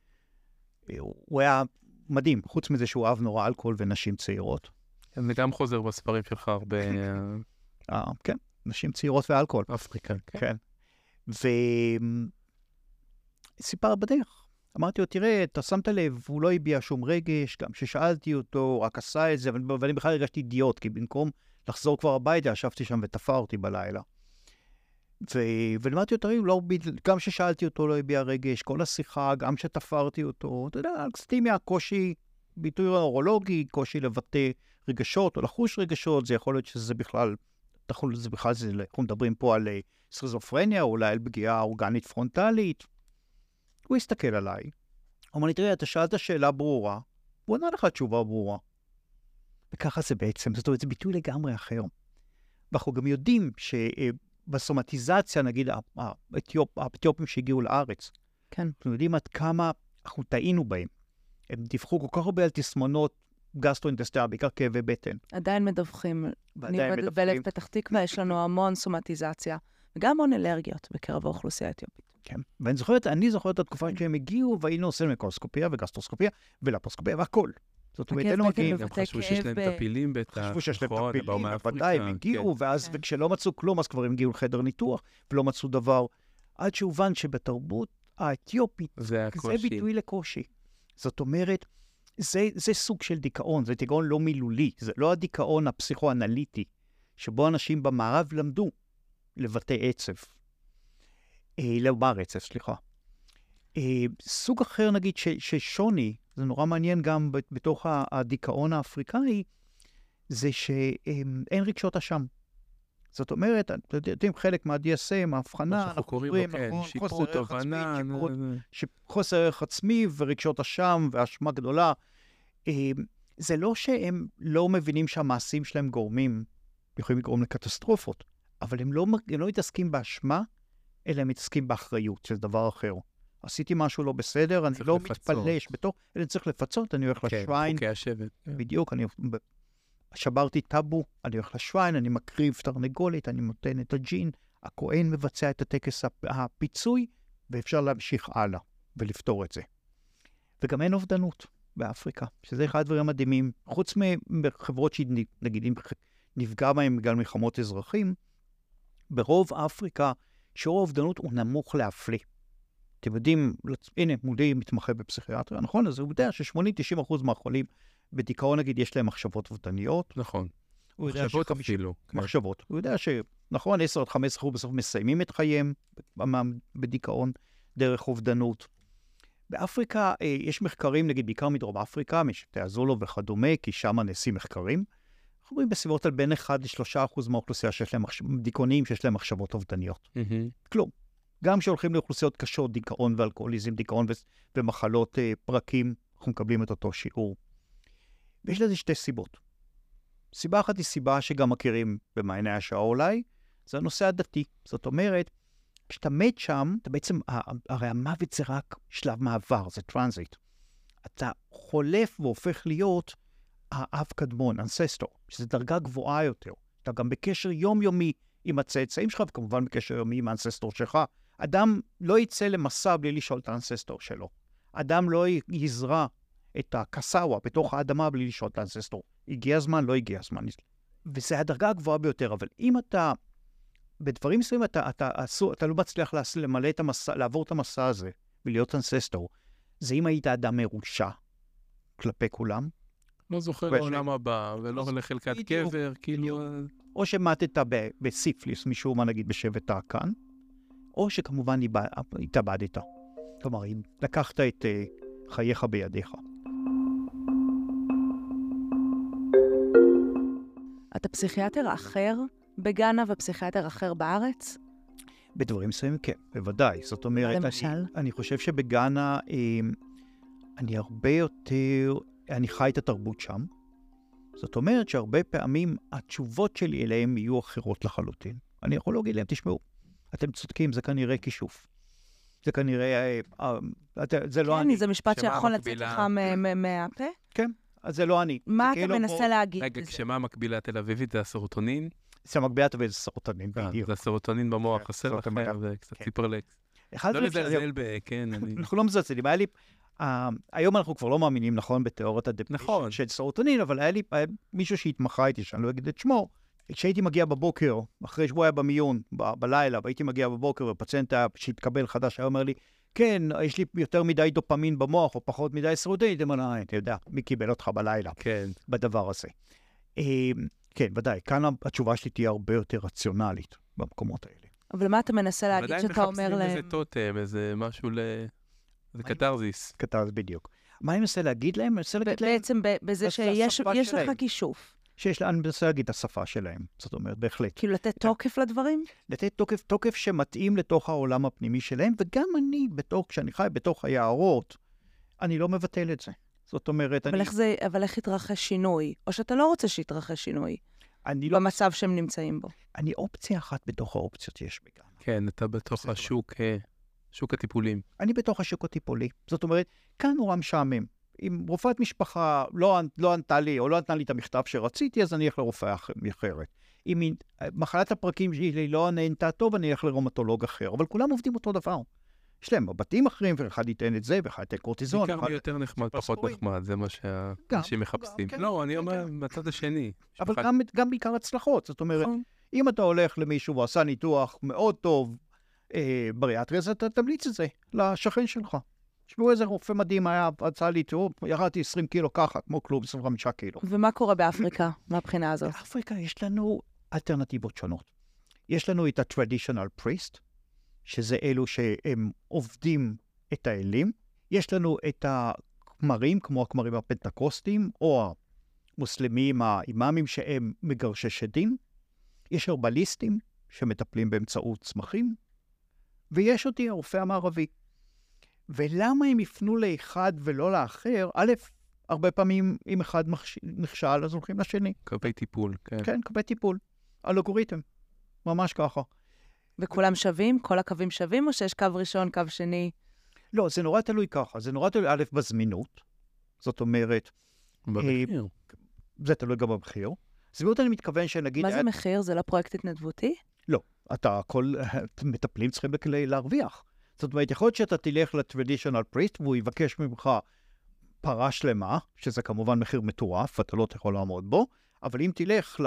הוא היה מדהים, חוץ מזה שהוא אהב נורא אלכוהול ונשים צעירות. זה גם חוזר בספרים שלך הרבה... אה, כן, נשים צעירות ואלכוהול. אפריקה, כן. וסיפר בדרך. אמרתי לו, תראה, אתה שמת לב, הוא לא הביע שום רגש, גם ששאלתי אותו, רק עשה את זה, ואני בכלל הרגשתי אידיוט, כי במקום לחזור כבר הביתה, ישבתי שם ותפר אותי בלילה. ולמדתי אותו, לא, גם ששאלתי אותו לא הביע רגש, כל השיחה, גם שתפרתי אותו, אתה יודע, קצתי מהקושי, ביטוי אורולוגי, קושי לבטא רגשות או לחוש רגשות, זה יכול להיות שזה בכלל, זה בכלל, זה, אנחנו מדברים פה על סכיזופרניה, או אולי על פגיעה אורגנית פרונטלית. הוא הסתכל עליי, הוא אמר לי, תראה, אתה שאלת שאלה ברורה, הוא ענה לך תשובה ברורה. וככה זה בעצם, זאת אומרת, זה ביטוי לגמרי אחר. ואנחנו גם יודעים ש... בסומטיזציה, נגיד, האתיופ, האתיופים שהגיעו לארץ. כן. אנחנו יודעים עד כמה אנחנו טעינו בהם. הם דיווחו כל כך הרבה על תסמונות גסטרואינטסטינליות, בעיקר כאבי בטן. עדיין מדווחים. ועדיין מדווחים. בלב פתח תקווה יש לנו המון סומטיזציה, וגם המון אלרגיות בקרב האוכלוסייה האתיופית. כן. ואני זוכרת, אני זוכרת את התקופה שהם הגיעו, והיינו עושים מקולוסקופיה וגסטרוסקופיה, ולפרוסקופיה והכל. זאת אומרת, היינו מגיעים. גם חשבו שיש להם טפילים בטח. חשבו שיש להם טפילים, בוודאי, הם הגיעו, ואז, וכשלא מצאו כלום, אז כבר הם הגיעו לחדר ניתוח, ולא מצאו דבר, עד שהובן שבתרבות האתיופית, זה ביטוי לקושי. זאת אומרת, זה סוג של דיכאון, זה דיכאון לא מילולי, זה לא הדיכאון הפסיכואנליטי, שבו אנשים במערב למדו לבטא עצב. לומר עצב, סליחה. סוג אחר, נגיד, ששוני, זה נורא מעניין גם בתוך הדיכאון האפריקאי, זה שאין רגשות אשם. זאת אומרת, אתם יודעים, חלק מה-די אס אם, ההבחנה, אנחנו קוראים לו, כן, שיפוט, הבנה, חוסר ערך עצמי ורגשות אשם והאשמה גדולה. זה לא שהם לא מבינים שהמעשים שלהם גורמים, יכולים לגרום לקטסטרופות, אבל הם לא, הם לא מתעסקים באשמה, אלא הם מתעסקים באחריות, שזה דבר אחר. עשיתי משהו לא בסדר, אני לא מתפלש בתור, אלא צריך לפצות, אני הולך לשוויין. חוקי השבט. בדיוק, אני שברתי טאבו, אני הולך לשוויין, אני מקריב תרנגולת, אני נותן את הג'ין, הכהן מבצע את הטקס הפיצוי, ואפשר להמשיך הלאה ולפתור את זה. וגם אין אובדנות באפריקה, שזה אחד הדברים המדהימים. חוץ מחברות שנגיד, אם נפגע מהם בגלל מלחמות אזרחים, ברוב אפריקה שיעור האובדנות הוא נמוך להפליא. אתם יודעים, הנה, מולי מתמחה בפסיכיאטריה, נכון? אז הוא יודע ש-שמונים עד תשעים אחוז מהחולים בדיכאון, נגיד, יש להם מחשבות אובדניות. נכון. מחשבות אפילו. מחשבות. הוא יודע ש, נכון, עשרה עד חמישה עשר אחוז בסוף מסיימים את חייהם בדיכאון דרך אובדנות. באפריקה יש מחקרים, נגיד, בעיקר מדרום אפריקה, משתעזולו וכדומה, כי שם נעשים מחקרים. אנחנו רואים בסביבות על בין אחד לשלושה אחוז מהאוכלוסייה שיש להם דיכאונים, שיש להם מחשבות אובדניות. כלום. גם כשהולכים לאוכלוסיות קשות, דיכאון ואלכוהוליזם, דיכאון ו- ומחלות אה, פרקים, אנחנו מקבלים את אותו שיעור. ויש לזה שתי סיבות. סיבה אחת היא סיבה שגם מכירים במעייני השעה אולי, זה הנושא הדתי. זאת אומרת, כשאתה מת שם, אתה בעצם, הרי המוות זה רק שלב מעבר, זה טרנזיט. אתה חולף והופך להיות האב קדמון, אנססטור, שזו דרגה גבוהה יותר. אתה גם בקשר יומיומי עם הצאצאים שלך, וכמובן בקשר יומי עם האנססטור שלך. אדם לא יצא למסע בלי לשאול את האנססטור שלו. אדם לא יזרע את הקסאווה בתוך האדמה בלי לשאול את האנססטור. הגיע הזמן, לא הגיע הזמן. וזה הדרגה הגבוהה ביותר, אבל אם אתה, בדברים מסוימים אתה, אתה, אתה, אתה לא מצליח למלא את המסע, לעבור את המסע הזה ולהיות אנססטור, זה אם היית אדם מרושע כלפי כולם. לא זוכר לעולם הבא, ולא לחלקת קבר, כאילו... או שמתת בסיפליס, משהו מה נגיד בשבט האקן, או שכמובן התאבדת. כלומר, לקחת את חייך בידיך. אתה פסיכיאטר אחר בגאנה ופסיכיאטר אחר בארץ? בדברים מסוימים, כן, בוודאי. זאת אומרת, למשל? אני, אני חושב שבגאנה אני הרבה יותר, אני חי את התרבות שם. זאת אומרת שהרבה פעמים התשובות שלי אליהם יהיו אחרות לחלוטין. אני יכול להגיד להם, תשמעו, אתם צודקים, זה כנראה כישוף. זה כנראה, זה לא אני. כן, זה משפט שיכול לצאת לך מהפה? כן, אז זה לא אני. מה אתה מנסה להגיד? רגע, כשמה המקבילה התל אביבית זה הסרוטונין? זה המקבילה התל אביבית זה הסרוטונין, בדיוק. זה הסרוטונין במוח, חסר לכם, וקצת ציפרלקס. לא לזלזל ב... כן, אני... אנחנו לא מזלזלים, היה לי... היום אנחנו כבר לא מאמינים, נכון, בתיאוריות הדפרשן של סרוטונין, אבל היה לי מישהו שהתמחה איתי, שאני לא אגיד את שמו, כשהייתי מגיע בבוקר, אחרי שבוע היה במיון, בלילה, והייתי מגיע בבוקר, ופציינט שהתקבל חדש, היה אומר לי, כן, יש לי יותר מדי דופמין במוח, או פחות מדי סרוטונין, הייתי אומר, אתה יודע, מי קיבל אותך בלילה, בדבר הזה. כן, ודאי, כאן התשובה שלי תהיה הרבה יותר רציונלית במקומות האלה. אבל מה אתה מנסה להגיד שאתה אומר להם? עדיין מחפשים איזה טוטם, איזה משהו ל... זה קטרזיס. קטרזיס, בדיוק. מה אני מנסה להגיד להם? אני מנסה להגיד להם... בעצם בזה שיש לך כישוף. שיש לה, אני מנסה להגיד את השפה שלהם, זאת אומרת, בהחלט. כאילו לתת תוקף לדברים? לתת תוקף, תוקף שמתאים לתוך העולם הפנימי שלהם, וגם אני, בתוך, כשאני חי בתוך היערות, אני לא מבטל את זה. זאת אומרת, אבל אני... איך זה, אבל איך יתרחש שינוי? או שאתה לא רוצה שיתרחש שינוי? אני לא... במצב שהם נמצאים בו. אני אופציה אחת בתוך האופציות יש בגן. כן, אתה בתוך השוק, שוק הטיפולים. אני בתוך השוק הטיפולי. זאת אומרת, כאן נורא משעמם. אם רופאת משפחה לא, לא ענתה לי, או לא נתנה לי את המכתב שרציתי, אז אני אלך לרופאה אחרת. אם מחלת הפרקים שלי לא נהנתה טוב, אני אלך לרומטולוג אחר. אבל כולם עובדים אותו דבר. יש להם מבטים אחרים, ואחד ייתן את זה, ואחד ייתן קורטיזון. בעיקר יותר נחמד, פחות נחמד, זה מה שאנשים מחפשים. לא, אני אומר, בצד השני. אבל גם בעיקר הצלחות. זאת אומרת, אם אתה הולך למישהו ועשה ניתוח מאוד טוב בריאטריה, אז אתה תמליץ את זה לשכן שלך. תשמעו איזה רופא מדהים היה, רצה לי, תראו, ירדתי עשרים קילו ככה, כמו כלום, עשרים וחמישה קילו. ומה קורה באפריקה, מהבחינה הזאת? באפריקה יש לנו אלטרנטיבות שונות. יש לנו את ה-traditional priest, שזה אלו שהם עובדים את האלים. יש לנו את הכמרים, כמו הכמרים הפנטקוסטים, או המוסלמים, האימאמים, שהם מגרשי שדים. יש הרבליסטים שמטפלים באמצעות צמחים, ויש אותי, הרופא המערבי. ולמה הם יפנו לאחד ולא לאחר? א', הרבה פעמים אם אחד נכשל, אז הולכים לשני. קווי טיפול, כן. כן, קווי טיפול. אלגוריתם. ממש ככה. וכולם שווים? כל הקווים שווים, או שיש קו ראשון, קו שני? לא, זה נורא תלוי ככה. זה נורא תלוי, א', בזמינות. זאת אומרת... במחיר. זה תלוי גם במחיר. זמינות אני מתכוון שנגיד... מה זה מחיר? זה לא פרויקט התנדבותי? לא. אתה, כל מטפלים צריכים להרוויח. זאת אומרת, יכול להיות שאתה תלך לטרדישיונל פריסט, והוא יבקש ממך פרה שלמה, שזה כמובן מחיר מטורף, אתה לא יכול לעמוד בו, אבל אם תלך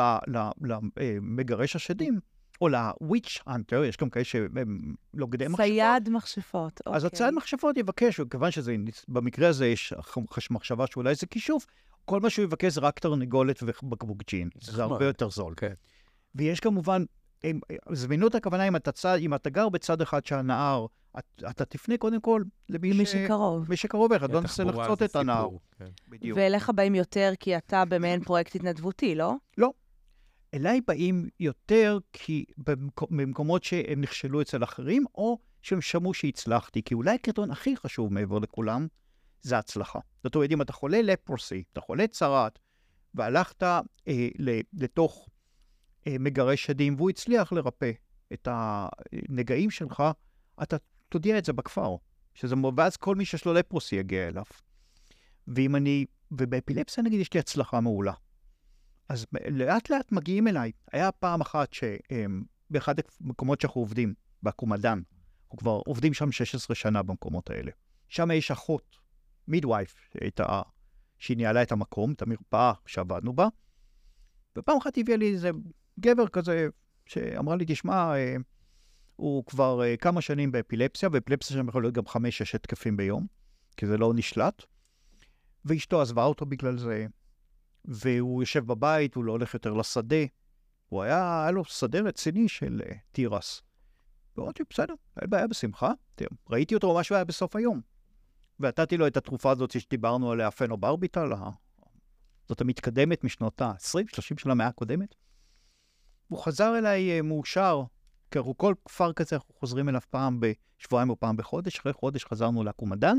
למגרש השדים, או לוויץ' הנטר, יש גם כאלה שהם לוגדי מחשבות. צייד מכשפות, אוקיי. אז הצייד מכשפות יבקש, וכיוון שבמקרה הזה יש מחשבה שאולי זה כישוף, כל מה שהוא יבקש זה רק תרנגולת ובקבוק ג'ין. זה הרבה יותר זול. ויש כמובן, זמינות הכוונה אם אתה, צד, אם אתה גר בצד אחד שהנהר, אתה, אתה תפנה קודם כל למי ש... שקרוב. מי שקרוב לך, לא ננסה לחצות את הנהר. כן. בדיוק. ואליך באים יותר כי אתה במעין פרויקט התנדבותי, לא? לא. אליי באים יותר כי במקומות שהם נכשלו אצל אחרים, או שהם שמעו שהצלחתי, כי אולי הקריטריון הכי חשוב מעבר לכולם, זה הצלחה. זאת אומרת, אם אתה חולה לפרוסי, אתה חולה צרת, והלכת אה, לתוך אה, מגרש שדים, והוא הצליח לרפא את הנגעים שלך, אתה תודיע את זה בכפר, שזה ואז כל מי שיש לו לפרוסי יגיע אליו. ואם אני, ובאפילפסיה נגיד יש לי הצלחה מעולה. אז לאט לאט מגיעים אליי. היה פעם אחת שבאחד המקומות שאנחנו עובדים, בקומדן, אנחנו כבר עובדים שם שש עשרה שנה במקומות האלה. שם יש אחות, מידווייף, שהייתה, שהיא ניהלה את המקום, את המרפאה שעבדנו בה, ופעם אחת הביאה לי איזה גבר כזה, שאמרה לי, תשמע, הוא כבר כמה שנים באפילפסיה, ואפילפסיה שם יכול להיות גם חמש, שש התקפים ביום, כי זה לא נשלט, ואשתו עזבה אותו בגלל זה, והוא יושב בבית, הוא לא הולך יותר לשדה, הוא היה, היה לו שדה רציני של uh, תירס. ואומרתי, בסדר, היה בעיה בשמחה, תראה, ראיתי אותו ממש היה בסוף היום. ועתתי לו את התרופה הזאת שדיברנו עליה, פנוברביטל, זאת המתקדמת משנות ה-עשרים שלושים של המאה הקודמת. הוא חזר אליי uh, מאושר, כי כל כפר כזה אנחנו חוזרים אליו פעם בשבועיים או פעם בחודש, אחרי חודש חזרנו לקומדן,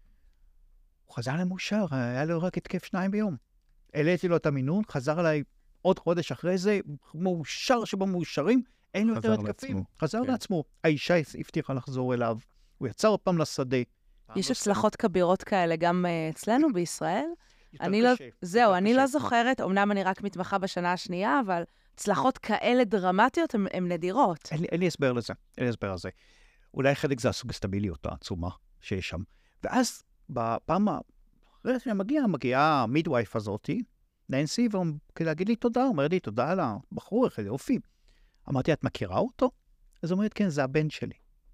הוא חזר אליי מאושר, היה לו רק התקף שניים ביום. העליתי לו את המינון, חזר אליי עוד חודש אחרי זה, מאושר שבמאושרים, אין לו יותר התקפים. חזר כן. לעצמו. האישה הבטיחה לחזור אליו, הוא יצא עוד פעם לשדה. יש הצלחות כבירות כאלה גם uh, אצלנו בישראל. אני יותר קשה. לא, זהו, יותר אני קשה. לא זוכרת, אמנם אני רק מתמחה בשנה השנייה, אבל הצלחות כאלה דרמטיות הן נדירות. אין לי, אין לי הסבר לזה, אין לי הסבר לזה. אולי חלק זה הסוג הסטביליות העצומה שיש שם. ואז בפעם אחרי שמגיעה, מגיעה המידווייף הזאתי, ננסי, ולהגיד לי תודה, אומר לי תודה על הבחור, איך זה אופי. אמרתי, את מכירה אותו? אז אומרת, כן, זה הבן שלי.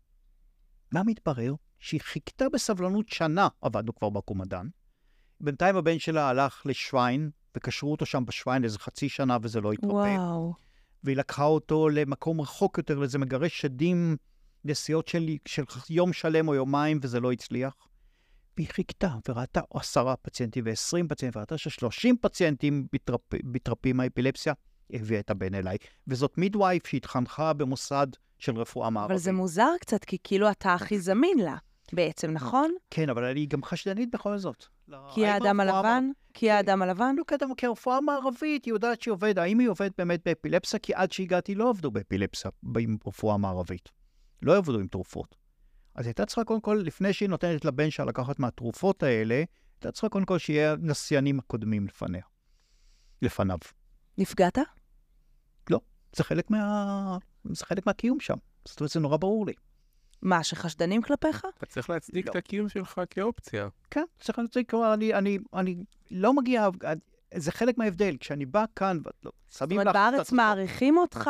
מה מתברר? שהיא חיכתה בסבלנות שנה, עבדנו כבר בקומדן. בינתיים הבן שלה הלך לשוויין, וקשרו אותו שם בשוויין איזה חצי שנה, וזה לא התרפא. וואו. והיא לקחה אותו למקום רחוק יותר, לאיזה מגרש שדים, נסיעות של, של יום שלם או יומיים, וזה לא הצליח. והיא חיכתה, וראתה עשרה פציינטים ועשרים פציינטים, וראתה ששלושים פציינטים מתרפאים מהאפילפסיה, הביאה את הבן אליי. וזאת מידווייף שהתחנכה במוסד של רפואה מערבית. אבל זה מוזר קצת, כי כאילו אתה הכי זמין לה, בעצם, נכון? כן, אבל אני גם חשדנית בכל זאת. כי האדם הלבן? כי האדם הלבן? לא, כי הרפואה המערבית, היא יודעת שהיא עובדת. האם היא עובדת באמת באפילפסיה? כי עד שהגעתי לא עבדו באפילפסיה, עם רפואה מערבית. לא עבדו עם תרופות. אז הייתה צריכה קודם כל, לפני שהיא נותנת לבן שלה לקחת מהתרופות האלה, הייתה צריכה קודם כל שיהיה נסיינים הקודמים לפניה. לפניו. נפגעת? לא. זה חלק מה... זה חלק מהקיום שם. זאת אומרת, זה נורא ברור לי. מה, שחשדנים כלפיך? אתה צריך להצדיק את הקיום שלך כאופציה. כן, צריך להצדיק, כלומר, אני, אני, אני לא מגיע, זה חלק מההבדל. כשאני בא כאן, לא, זאת אומרת, בארץ מעריכים אותך,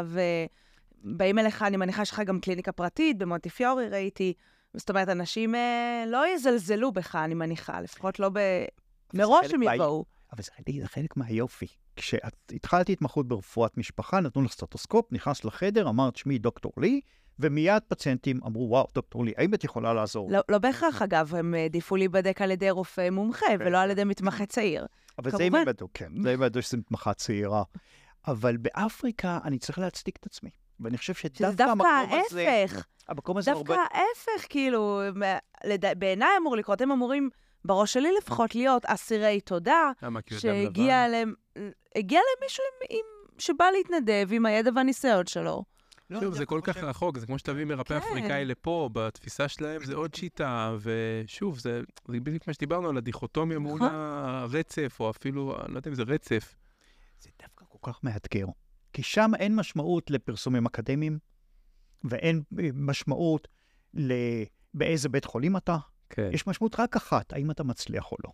ובאים אליך, אני מניחה שלך גם קליניקה פרטית, במונטיפיורי ראיתי, זאת אומרת, אנשים אה, לא יזלזלו בך, אני מניחה, לפחות לא ב... מראש הם יבואו. אבל זה, זה חלק מהיופי. כשהתחלתי התמחות ברפואת משפחה, נתנו לך סטטוסקופ, נכנס לחדר, אמרת, שמי דוקטור לי, ומיד פציינטים אמרו, וואו, דוקטור לי, האם את יכולה לעזור? לא, לא בהכרח, אגב, הם דיפו להיבדק על ידי רופא מומחה, ולא על ידי מתמחה צעיר. אבל זה ימדו, כן, זה ימדו שזה מתמחה צעירה. אבל באפריקה אני צריך להצדיק את עצמי. ואני חושב שזה שדווקא דווקא המקום הזה... ההפך. המקום הזה דווקא הרבה... ההפך, כאילו, לד- בעיניי אמור לקרות, הם אמורים, בראש שלי לפחות, להיות אסירי תודה, למה? כי הוא אדם שהגיע לבן? אליהם, הגיע אליהם מישהו עם, עם, שבא להתנדב עם הידע והניסיון שלו. לא, שוב, אני זה כל חושב- כך רחוק, זה כמו שתביא מרפא כן. אפריקאי לפה, בתפיסה שלהם זה עוד שיטה, ושוב, זה זה בדיוק מה שדיברנו על הדיכוטומיה מול נכון. הרצף, או אפילו, אני לא יודע אם זה רצף. זה דווקא כל כך מאתגר. כי שם אין משמעות לפרסומים אקדמיים, ואין משמעות ל... באיזה בית חולים אתה. כן. יש משמעות רק אחת, האם אתה מצליח או לא.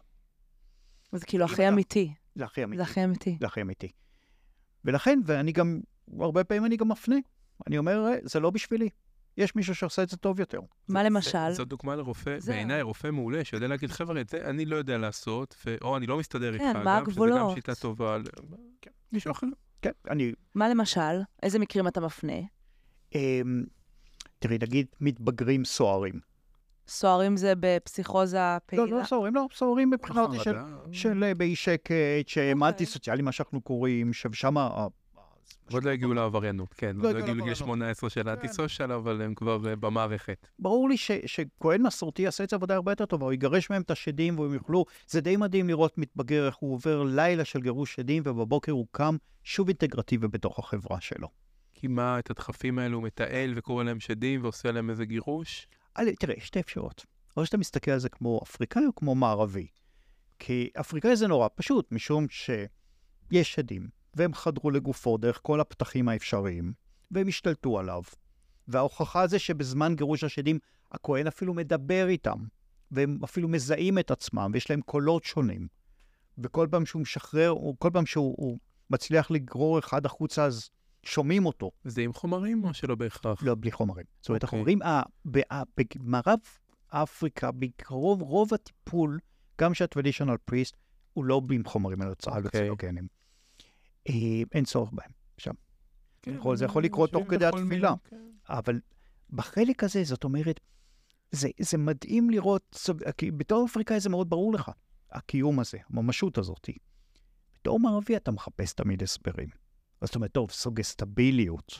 זה כאילו אם הכי אתה- אמיתי. זה הכי אמיתי. זה הכי אמיתי. זה הכי אמיתי. ולכן, ואני גם, הרבה פעמים אני גם מפנה. אני אומר, "אה, זה לא בשבילי. יש מישהו שעושה את זה טוב יותר. מה למשל? זאת דוגמה לרופא, זהו. בעיניי רופא מעולה, שיודע להגיד, חבר'ה, את זה אני לא יודע לעשות, ו- או אני לא מסתדר איתך, מה גם שזה גם הגבולות? שיטה טובה. ל- כן. מישהו אחר. כן, אני... מה למשל? איזה מקרים אתה מפנה? אמ, תראי, נגיד, מתבגרים סוערים. סוערים זה בפסיכוזה לא, פעילה? לא סוערים, לא, סוערים מבחינת של... חרדה. של אה, באי שקט, שהם אוקיי. אנטי-סוציאלי, מה שאנחנו קוראים, ששם... ה- עוד לא הגיעו לעבריינות, כן. לא עוד לא הגיעו הגיעו לגיל לעבריינות. שמונה עשרה של האנטי-סושיאל, אבל הם כבר אה, במערכת. ברור לי ש- שכהן מסורתי יעשה את זה עבודה הרבה יותר טובה, הוא יגרש מהם את השדים והם יוכלו, זה די מדהים לראות מתבגר איך הוא עובר לילה של גירוש שדים, ובבוקר הוא קם שוב אינטגרטיבי בתוך החברה שלו. כי מה, את הדחפים האלו הוא מתעל וקורא להם שדים ועושה להם איזה גירוש? אל, תראה, שתי אפשרות. או שאתה מסתכל על זה כמו אפריקאי או כמו מערבי. כי אפריקאי זה נורא פשוט, משום שיש שדים, והם חדרו לגופו דרך כל הפתחים האפשריים, והם השתלטו עליו. וההוכחה זה שבזמן גירוש השדים, הכהן אפילו מדבר איתם, והם אפילו מזהים את עצמם, ויש להם קולות שונים. וכל פעם שהוא משחרר, או כל פעם שהוא הוא מצליח לגרור אחד החוצה, אז שומעים אותו. זה עם חומרים או שלא בהכרח? לא, בלי חומרים. זאת אומרת, אוקיי. החומרים, ה- ב- ה- במערב אפריקה, בעיקרוב, רוב הטיפול, גם של ה-traditional priest, הוא לא עם חומרים על צה"ל אוקיי. וצילוגנים. אה, אין צורך בהם שם. כן, יכול- זה יכול לקרות תוך יושבים כדי בכל התפילה. מיני, כן. אבל בחלק הזה, זאת אומרת, זה, זה מדהים לראות, סוג- כי בתור אפריקאי זה מאוד ברור לך, הקיום הזה, הממשות הזאת. בתור מערבי אתה מחפש תמיד הסברים. זאת אומרת, טוב, סוג סטביליות.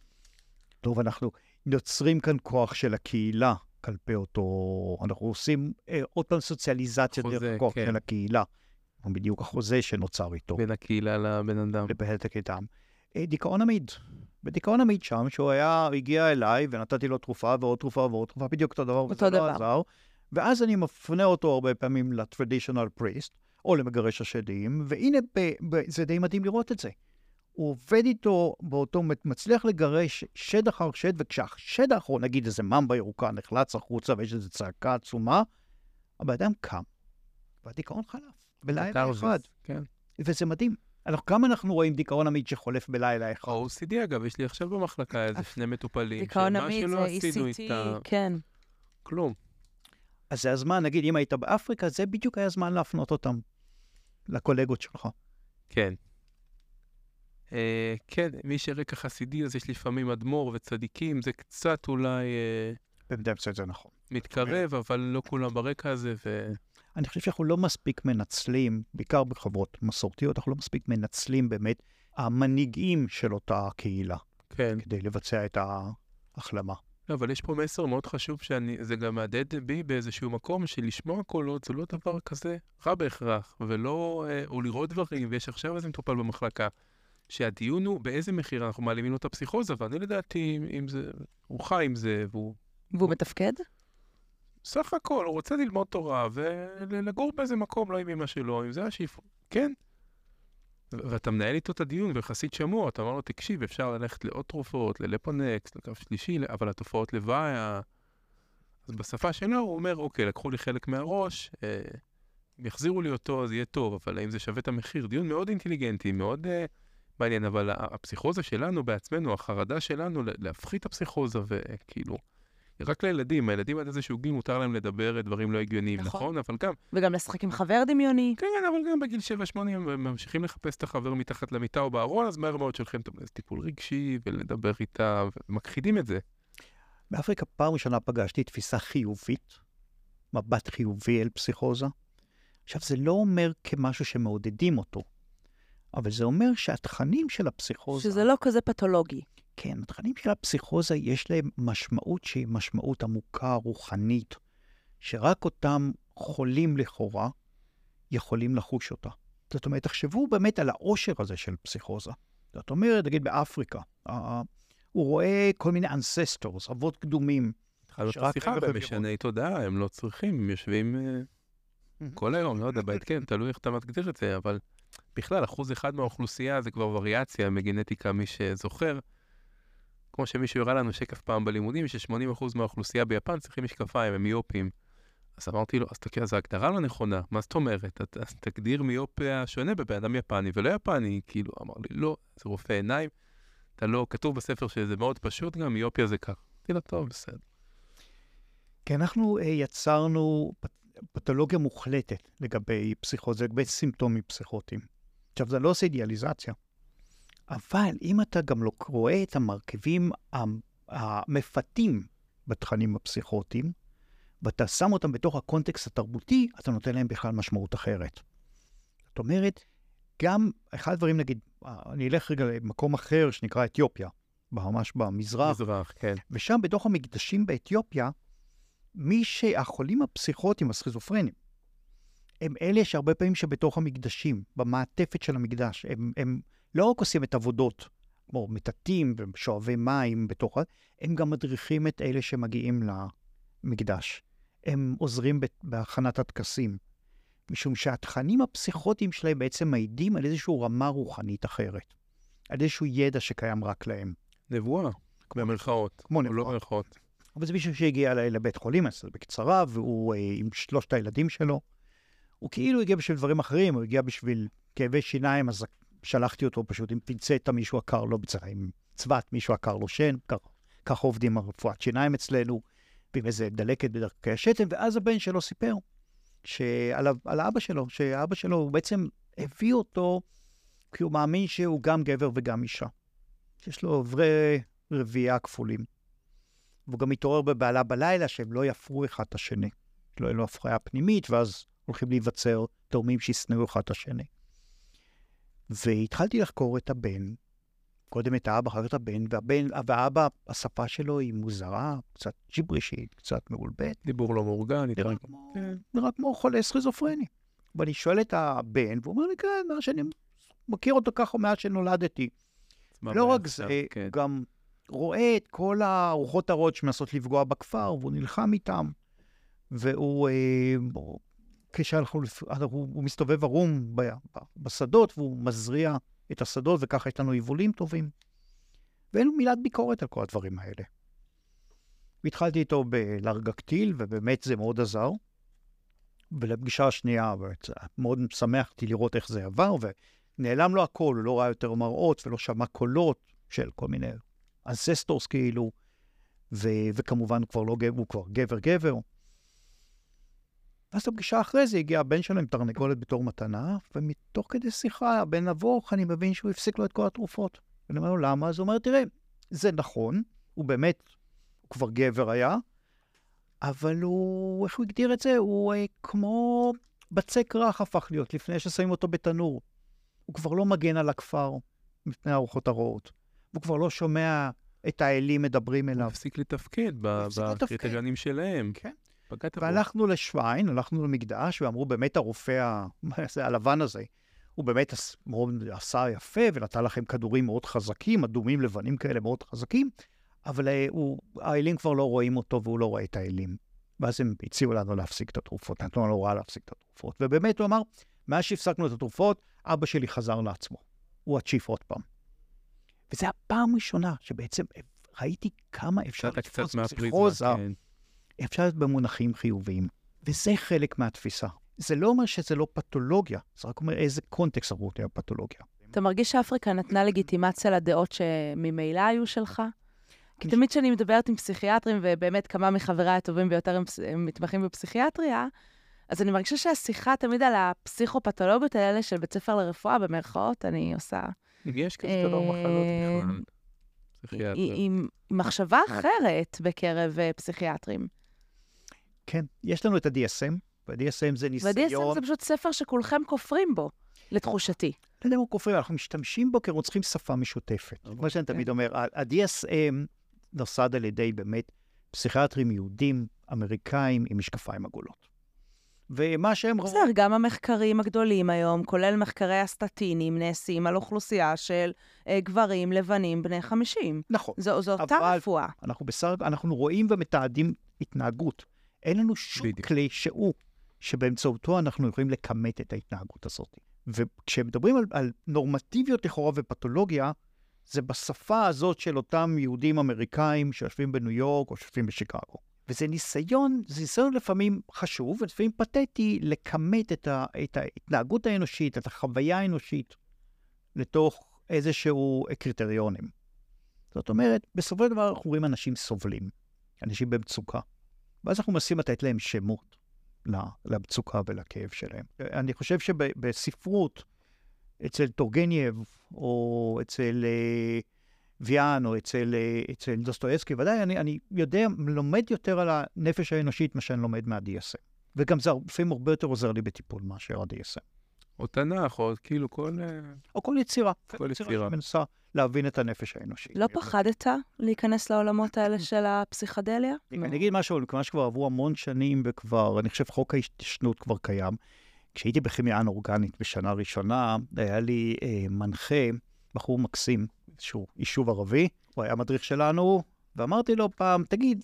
טוב, אנחנו יוצרים כאן כוח של הקהילה כלפי אותו, אנחנו עושים אה, עוד פעם סוציאליזציה חוזה, דרך הכוח כן. של הקהילה. הוא בדיוק החוזה שנוצר איתו. בין הקהילה לבן אדם. לבהלת איתם. אה, דיכאון עמיד. בדיכאון עמיד שם, שהוא היה, הגיע אליי ונתתי לו תרופה ועוד תרופה ועוד תרופה, בדיוק אותו דבר, אותו וזה דבר. לא עזר. ואז אני מפנה אותו הרבה פעמים ל-traditional priest, או למגרש השדים, והנה, ב- ב- זה די מדהים לראות את זה. הוא עובד איתו באותו, מצליח לגרש שד אחר שד, וכשהשד האחרון, נגיד איזה ממבה ירוקה, נחלץ החוצה ויש איזו צעקה עצומה, הבן אדם קם, והדיכאון חלף, בלילה קטרזיס, אחד. כן. וזה מדהים. אנחנו, כמה אנחנו רואים דיכאון עמיד שחולף בלילה אחד? ה-או סי די אגב, יש לי עכשיו במחלקה איזה שני מטופלים, דיכאון שמה עמיד שלא זה עשינו אי סי טי, איתה, כן. כלום. אז זה הזמן, נגיד, אם היית באפריקה, זה בדיוק היה זמן להפנות אותם לקולגות שלך. כן. אה, כן, מי שרקע חסידי, אז יש לפעמים אדמו"ר וצדיקים, זה קצת אולי אה, במידה מסוימת זה נכון. מתקרב, אבל לא כולם ברקע הזה, ו... אני חושב שאנחנו לא מספיק מנצלים, בעיקר בחברות מסורתיות, אנחנו לא מספיק מנצלים באמת המנהיגים של אותה קהילה, כן. כדי לבצע את ההחלמה. לא, אבל יש פה מסר מאוד חשוב, שזה גם מהדהד בי באיזשהו מקום, שלשמוע קולות זה לא דבר כזה רע בהכרח, ולא, אה, או לראות דברים, ויש עכשיו איזה מטופל במחלקה, שהדיון הוא באיזה מחיר אנחנו מעלימים לו את הפסיכוזה, ואני לדעתי, אם זה, הוא חי עם זה, והוא והוא מתפקד? סך הכל, הוא רוצה ללמוד תורה, ולגור באיזה מקום, לא עם אמא שלו, אם זה השאיפות, כן. ו- ואתה מנהל איתו את הדיון, וחסיד שמוע, אתה אומר לו, תקשיב, אפשר ללכת לעוד תרופות, ללפונקס, לקו שלישי, אבל התופעות לוואי, ה- אז בשפה שלו הוא אומר, אוקיי, לקחו לי חלק מהראש, אה, אם יחזירו לי אותו, אז יהיה טוב, אבל האם זה שווה את המחיר? דיון מאוד אינטליגנטי, מאוד אה, מעניין, אבל ה- הפסיכוזה שלנו בעצמנו, החרדה שלנו, ל- להפחית את הפסיכוזה, וכאילו, רק לילדים, הילדים עד איזשהו גיל מותר להם לדבר דברים לא הגיוניים, נכון. נכון? אבל גם, וגם לשחק עם חבר דמיוני. כן, אבל גם בגיל שבע שמונה הם ממשיכים לחפש את החבר מתחת למיטה או בארון, אז מהר מאוד שולחים אותם לאיזה טיפול רגשי, ולדבר איתם, ומכחידים את זה. באפריקה פעם ראשונה פגשתי תפיסה חיובית, מבט חיובי אל פסיכוזה. עכשיו, זה לא אומר כמשהו שמעודדים אותו, אבל זה אומר שהתכנים של הפסיכוזה... שזה לא כזה פתולוגי. כן, התכנים של הפסיכוזה יש להם משמעות שהיא משמעות עמוקה, רוחנית, שרק אותם חולים לכאורה יכולים לחוש אותה. זאת אומרת, תחשבו באמת על העושר הזה של פסיכוזה. זאת אומרת, נגיד באפריקה, הוא רואה כל מיני ancestors, אבות קדומים. התחלנו את השיחה במשני תודעה, הם לא צריכים, הם יושבים כל היום, לא יודע, בהתקן, תלוי איך אתה מגדיר את זה, אבל בכלל, אחוז אחד מהאוכלוסייה זה כבר וריאציה מגנטיקה, מי שזוכר. כמו שמישהו יראה לנו שקף פעם בלימודים, ש-שמונים אחוז מהאוכלוסייה ביפן צריכים משקפיים, הם מיופים. אז אמרתי לו, אז תקרא, זו הגדרה לא נכונה, מה זאת אומרת? אתה תגדיר מיופיה שונה בבן אדם יפני ולא יפני, כאילו, אמר לי, לא, זה רופא עיניים, אתה לא, כתוב בספר שזה מאוד פשוט גם, מיופיה זה כך. אמרתי לו, טוב, בסדר. כי אנחנו uh, יצרנו פ... פתולוגיה מוחלטת לגבי פסיכוזה, לגבי סימפטומים פסיכוטיים. עכשיו, זה לא עושה אידיאליזציה, אבל אם אתה גם לא רואה את המרכיבים המפתים בתכנים הפסיכוטיים, ואתה שם אותם בתוך הקונטקסט התרבותי, אתה נותן להם בכלל משמעות אחרת. זאת אומרת, גם אחד הדברים, נגיד, אני אלך רגע למקום אחר שנקרא אתיופיה, ממש במזרח. מזרח, כן. ושם בתוך המקדשים באתיופיה, מי שהחולים הפסיכוטיים, הסכיזופרנים, הם אלה שהרבה פעמים שבתוך המקדשים, במעטפת של המקדש, הם, הם לא רק עושים את עבודות, כמו מטטים ושואבי מים בתוך, הם גם מדריכים את אלה שמגיעים למקדש. הם עוזרים בהכנת הטקסים, משום שהתכנים הפסיכוטיים שלהם בעצם מעידים על איזושהי רמה רוחנית אחרת, על איזשהו ידע שקיים רק להם. נבואה, במרכאות. כמו נבואה. לא במרכאות. אבל זה מישהו שהגיע לבית חולים, אז בקצרה, והוא עם שלושת הילדים שלו. הוא כאילו הגיע בשביל דברים אחרים, הוא הגיע בשביל כאבי שיניים, אז שלחתי אותו פשוט עם פינצטה, מישהו עקר לו בצרה, עם צוות, מישהו עקר לו שן, ככה עובדים הרפואת שיניים אצלנו, ועם איזה דלקת בדרכי השתן, ואז הבן שלו סיפר שעל על האבא שלו, שהאבא שלו הוא בעצם הביא אותו, כי הוא מאמין שהוא גם גבר וגם אישה. יש לו עוברי רבייה כפולים. והוא גם מתעורר בבעלה בלילה, שהם לא יפרו אחד את השני. לא יהיה לו הפריה פנימית, ואז הולכים להיווצר תאומים שיסנאו אחד את השני. והתחלתי לחקור את הבן, קודם את האבא, אחר את הבן, והבן, והאבא, השפה שלו היא מוזרה, קצת ג'יברישית, קצת מעולבת. דיבור לא מאורגן, נראה כמו, נראה כמו חולה סכיזופרני. ואני שואל את הבן, והוא אומר לי, כן, מה שאני מכיר אותו ככה מאז שנולדתי. לא רק זה, כן. גם רואה את כל הרוחות הרעות שמנסות לפגוע בכפר, והוא נלחם איתם, והוא, אה, כשאנחנו, הוא, הוא מסתובב ערום ב, ב, בשדות, והוא מזריע את השדות, וככה יש לנו יבולים טובים. ואין לו מילת ביקורת על כל הדברים האלה. והתחלתי איתו בלרגקטיל, ובאמת זה מאוד עזר. ולפגישה השנייה, מאוד שמחתי לראות איך זה עבר, ונעלם לו הכל, הוא לא ראה יותר מראות, ולא שמע קולות של כל מיני אנססטורס כאילו, ו- וכמובן כבר לא גבר, הוא כבר גבר-גבר. ואז לפגישה אחרי זה הגיע הבן שלו עם תרנגולת בתור מתנה, ומתוך כדי שיחה, הבן נבוך, אני מבין שהוא הפסיק לו את כל התרופות. ואני אומר לו, למה? אז הוא אומר, תראה, זה נכון, הוא באמת, הוא כבר גבר היה, אבל הוא, איך הוא הגדיר את זה? הוא אה, כמו בצק רך הפך להיות, לפני ששמים אותו בתנור. הוא כבר לא מגן על הכפר, מפני הרוחות הרעות. הוא כבר לא שומע את האלים מדברים אליו. הוא הפסיק לתפקד בקריטריונים שלהם. כן. והלכנו בו. לשווין, הלכנו למקדש, ואמרו באמת הרופא הלבן הזה, הוא באמת עשה יפה, ונתן לכם כדורים מאוד חזקים, אדומים לבנים כאלה מאוד חזקים, אבל הוא, האלים כבר לא רואים אותו, והוא לא רואה את האלים. ואז הם הציעו לנו להפסיק את התרופות, נתנו לנו הוראה להפסיק את התרופות. ובאמת הוא אמר, מאז שהפסקנו את התרופות, אבא שלי חזר לעצמו. הוא הצ'יף עוד פעם. וזו הפעם ראשונה שבעצם ראיתי כמה אפשר לתפוס פסיכוזה, כן. אפשר להיות במונחים חיוביים. וזה חלק מהתפיסה. זה לא אומר שזה לא פתולוגיה, זה רק אומר איזה קונטקסט עבור תהיה פתולוגיה. אתה מרגיש שאפריקה נתנה לגיטימציה לדעות שממילא היו שלך? כי תמיד כשאני מדברת עם פסיכיאטרים, ובאמת כמה מחבריי הטובים ביותר הם מתמחים בפסיכיאטריה, אז אני מרגישה שהשיחה תמיד על הפסיכופתולוגיות האלה של בית ספר לרפואה, במרכאות, אני עושה... יש כזה לא מחלות בכלל. פסיכיאטרים. עם מחשבה אחרת בקרב פסיכיאטרים. כן, יש לנו את ה-די אס אם, וה-די אס אם זה ניסיון... וה-די אס אם זה פשוט ספר שכולכם כופרים בו, לתחושתי. לא יודע מה כופרים, אנחנו משתמשים בו כי אנחנו צריכים שפה משותפת. כמו שאני תמיד אומר, ה-די אס אם נוסד על ידי באמת פסיכיאטרים יהודים, אמריקאים, עם משקפיים עגולות. ומה שהם ראו... בסדר, גם המחקרים הגדולים היום, כולל מחקרי הסטטינים, נעשים על אוכלוסייה של אה, גברים לבנים בני חמישים. נכון. זו, זו אותה רפואה. אנחנו בסדר, אנחנו רואים ומתעדים התנהגות. אין לנו שום בדיוק. כלי שהוא, שבאמצעותו אנחנו יכולים לכמת את ההתנהגות הזאת. וכשמדברים על, על נורמטיביות לכאורה ופתולוגיה, זה בשפה הזאת של אותם יהודים אמריקאים שיושבים בניו יורק או שיושבים בשיקגו. וזה ניסיון, זה ניסיון לפעמים חשוב, ולפעמים פתטי, לכמת את, ה, את ההתנהגות האנושית, את החוויה האנושית, לתוך איזשהו קריטריונים. זאת אומרת, בסופו של דבר אנחנו רואים אנשים סובלים, אנשים במצוקה, ואז אנחנו מנסים לתת להם שמות למצוקה ולכאב שלהם. אני חושב שבספרות, אצל טורגנייב, או אצל ויאן, או אצל, אצל דוסטויבסקי, ודאי אני, אני יודע, לומד יותר על הנפש האנושית, מה שאני לומד מה-די אס אם. וגם זה לפעמים הרבה יותר עוזר לי בטיפול מאשר ה-די אס אם. או תנ"ך, או כאילו כל... או כל יצירה. כל יצירה. שמנסה להבין את הנפש האנושית. לא פחדת להיכנס לעולמות האלה של הפסיכדליה? אני אגיד משהו, מכיוון שכבר עברו המון שנים, וכבר, אני חושב, חוק ההתיישנות כבר קיים. כשהייתי בכימיה אנורגנית בשנה ראשונה, היה לי אה, מנחה, בחור מקסים, שהוא יישוב ערבי, הוא היה מדריך שלנו, ואמרתי לו פעם, תגיד,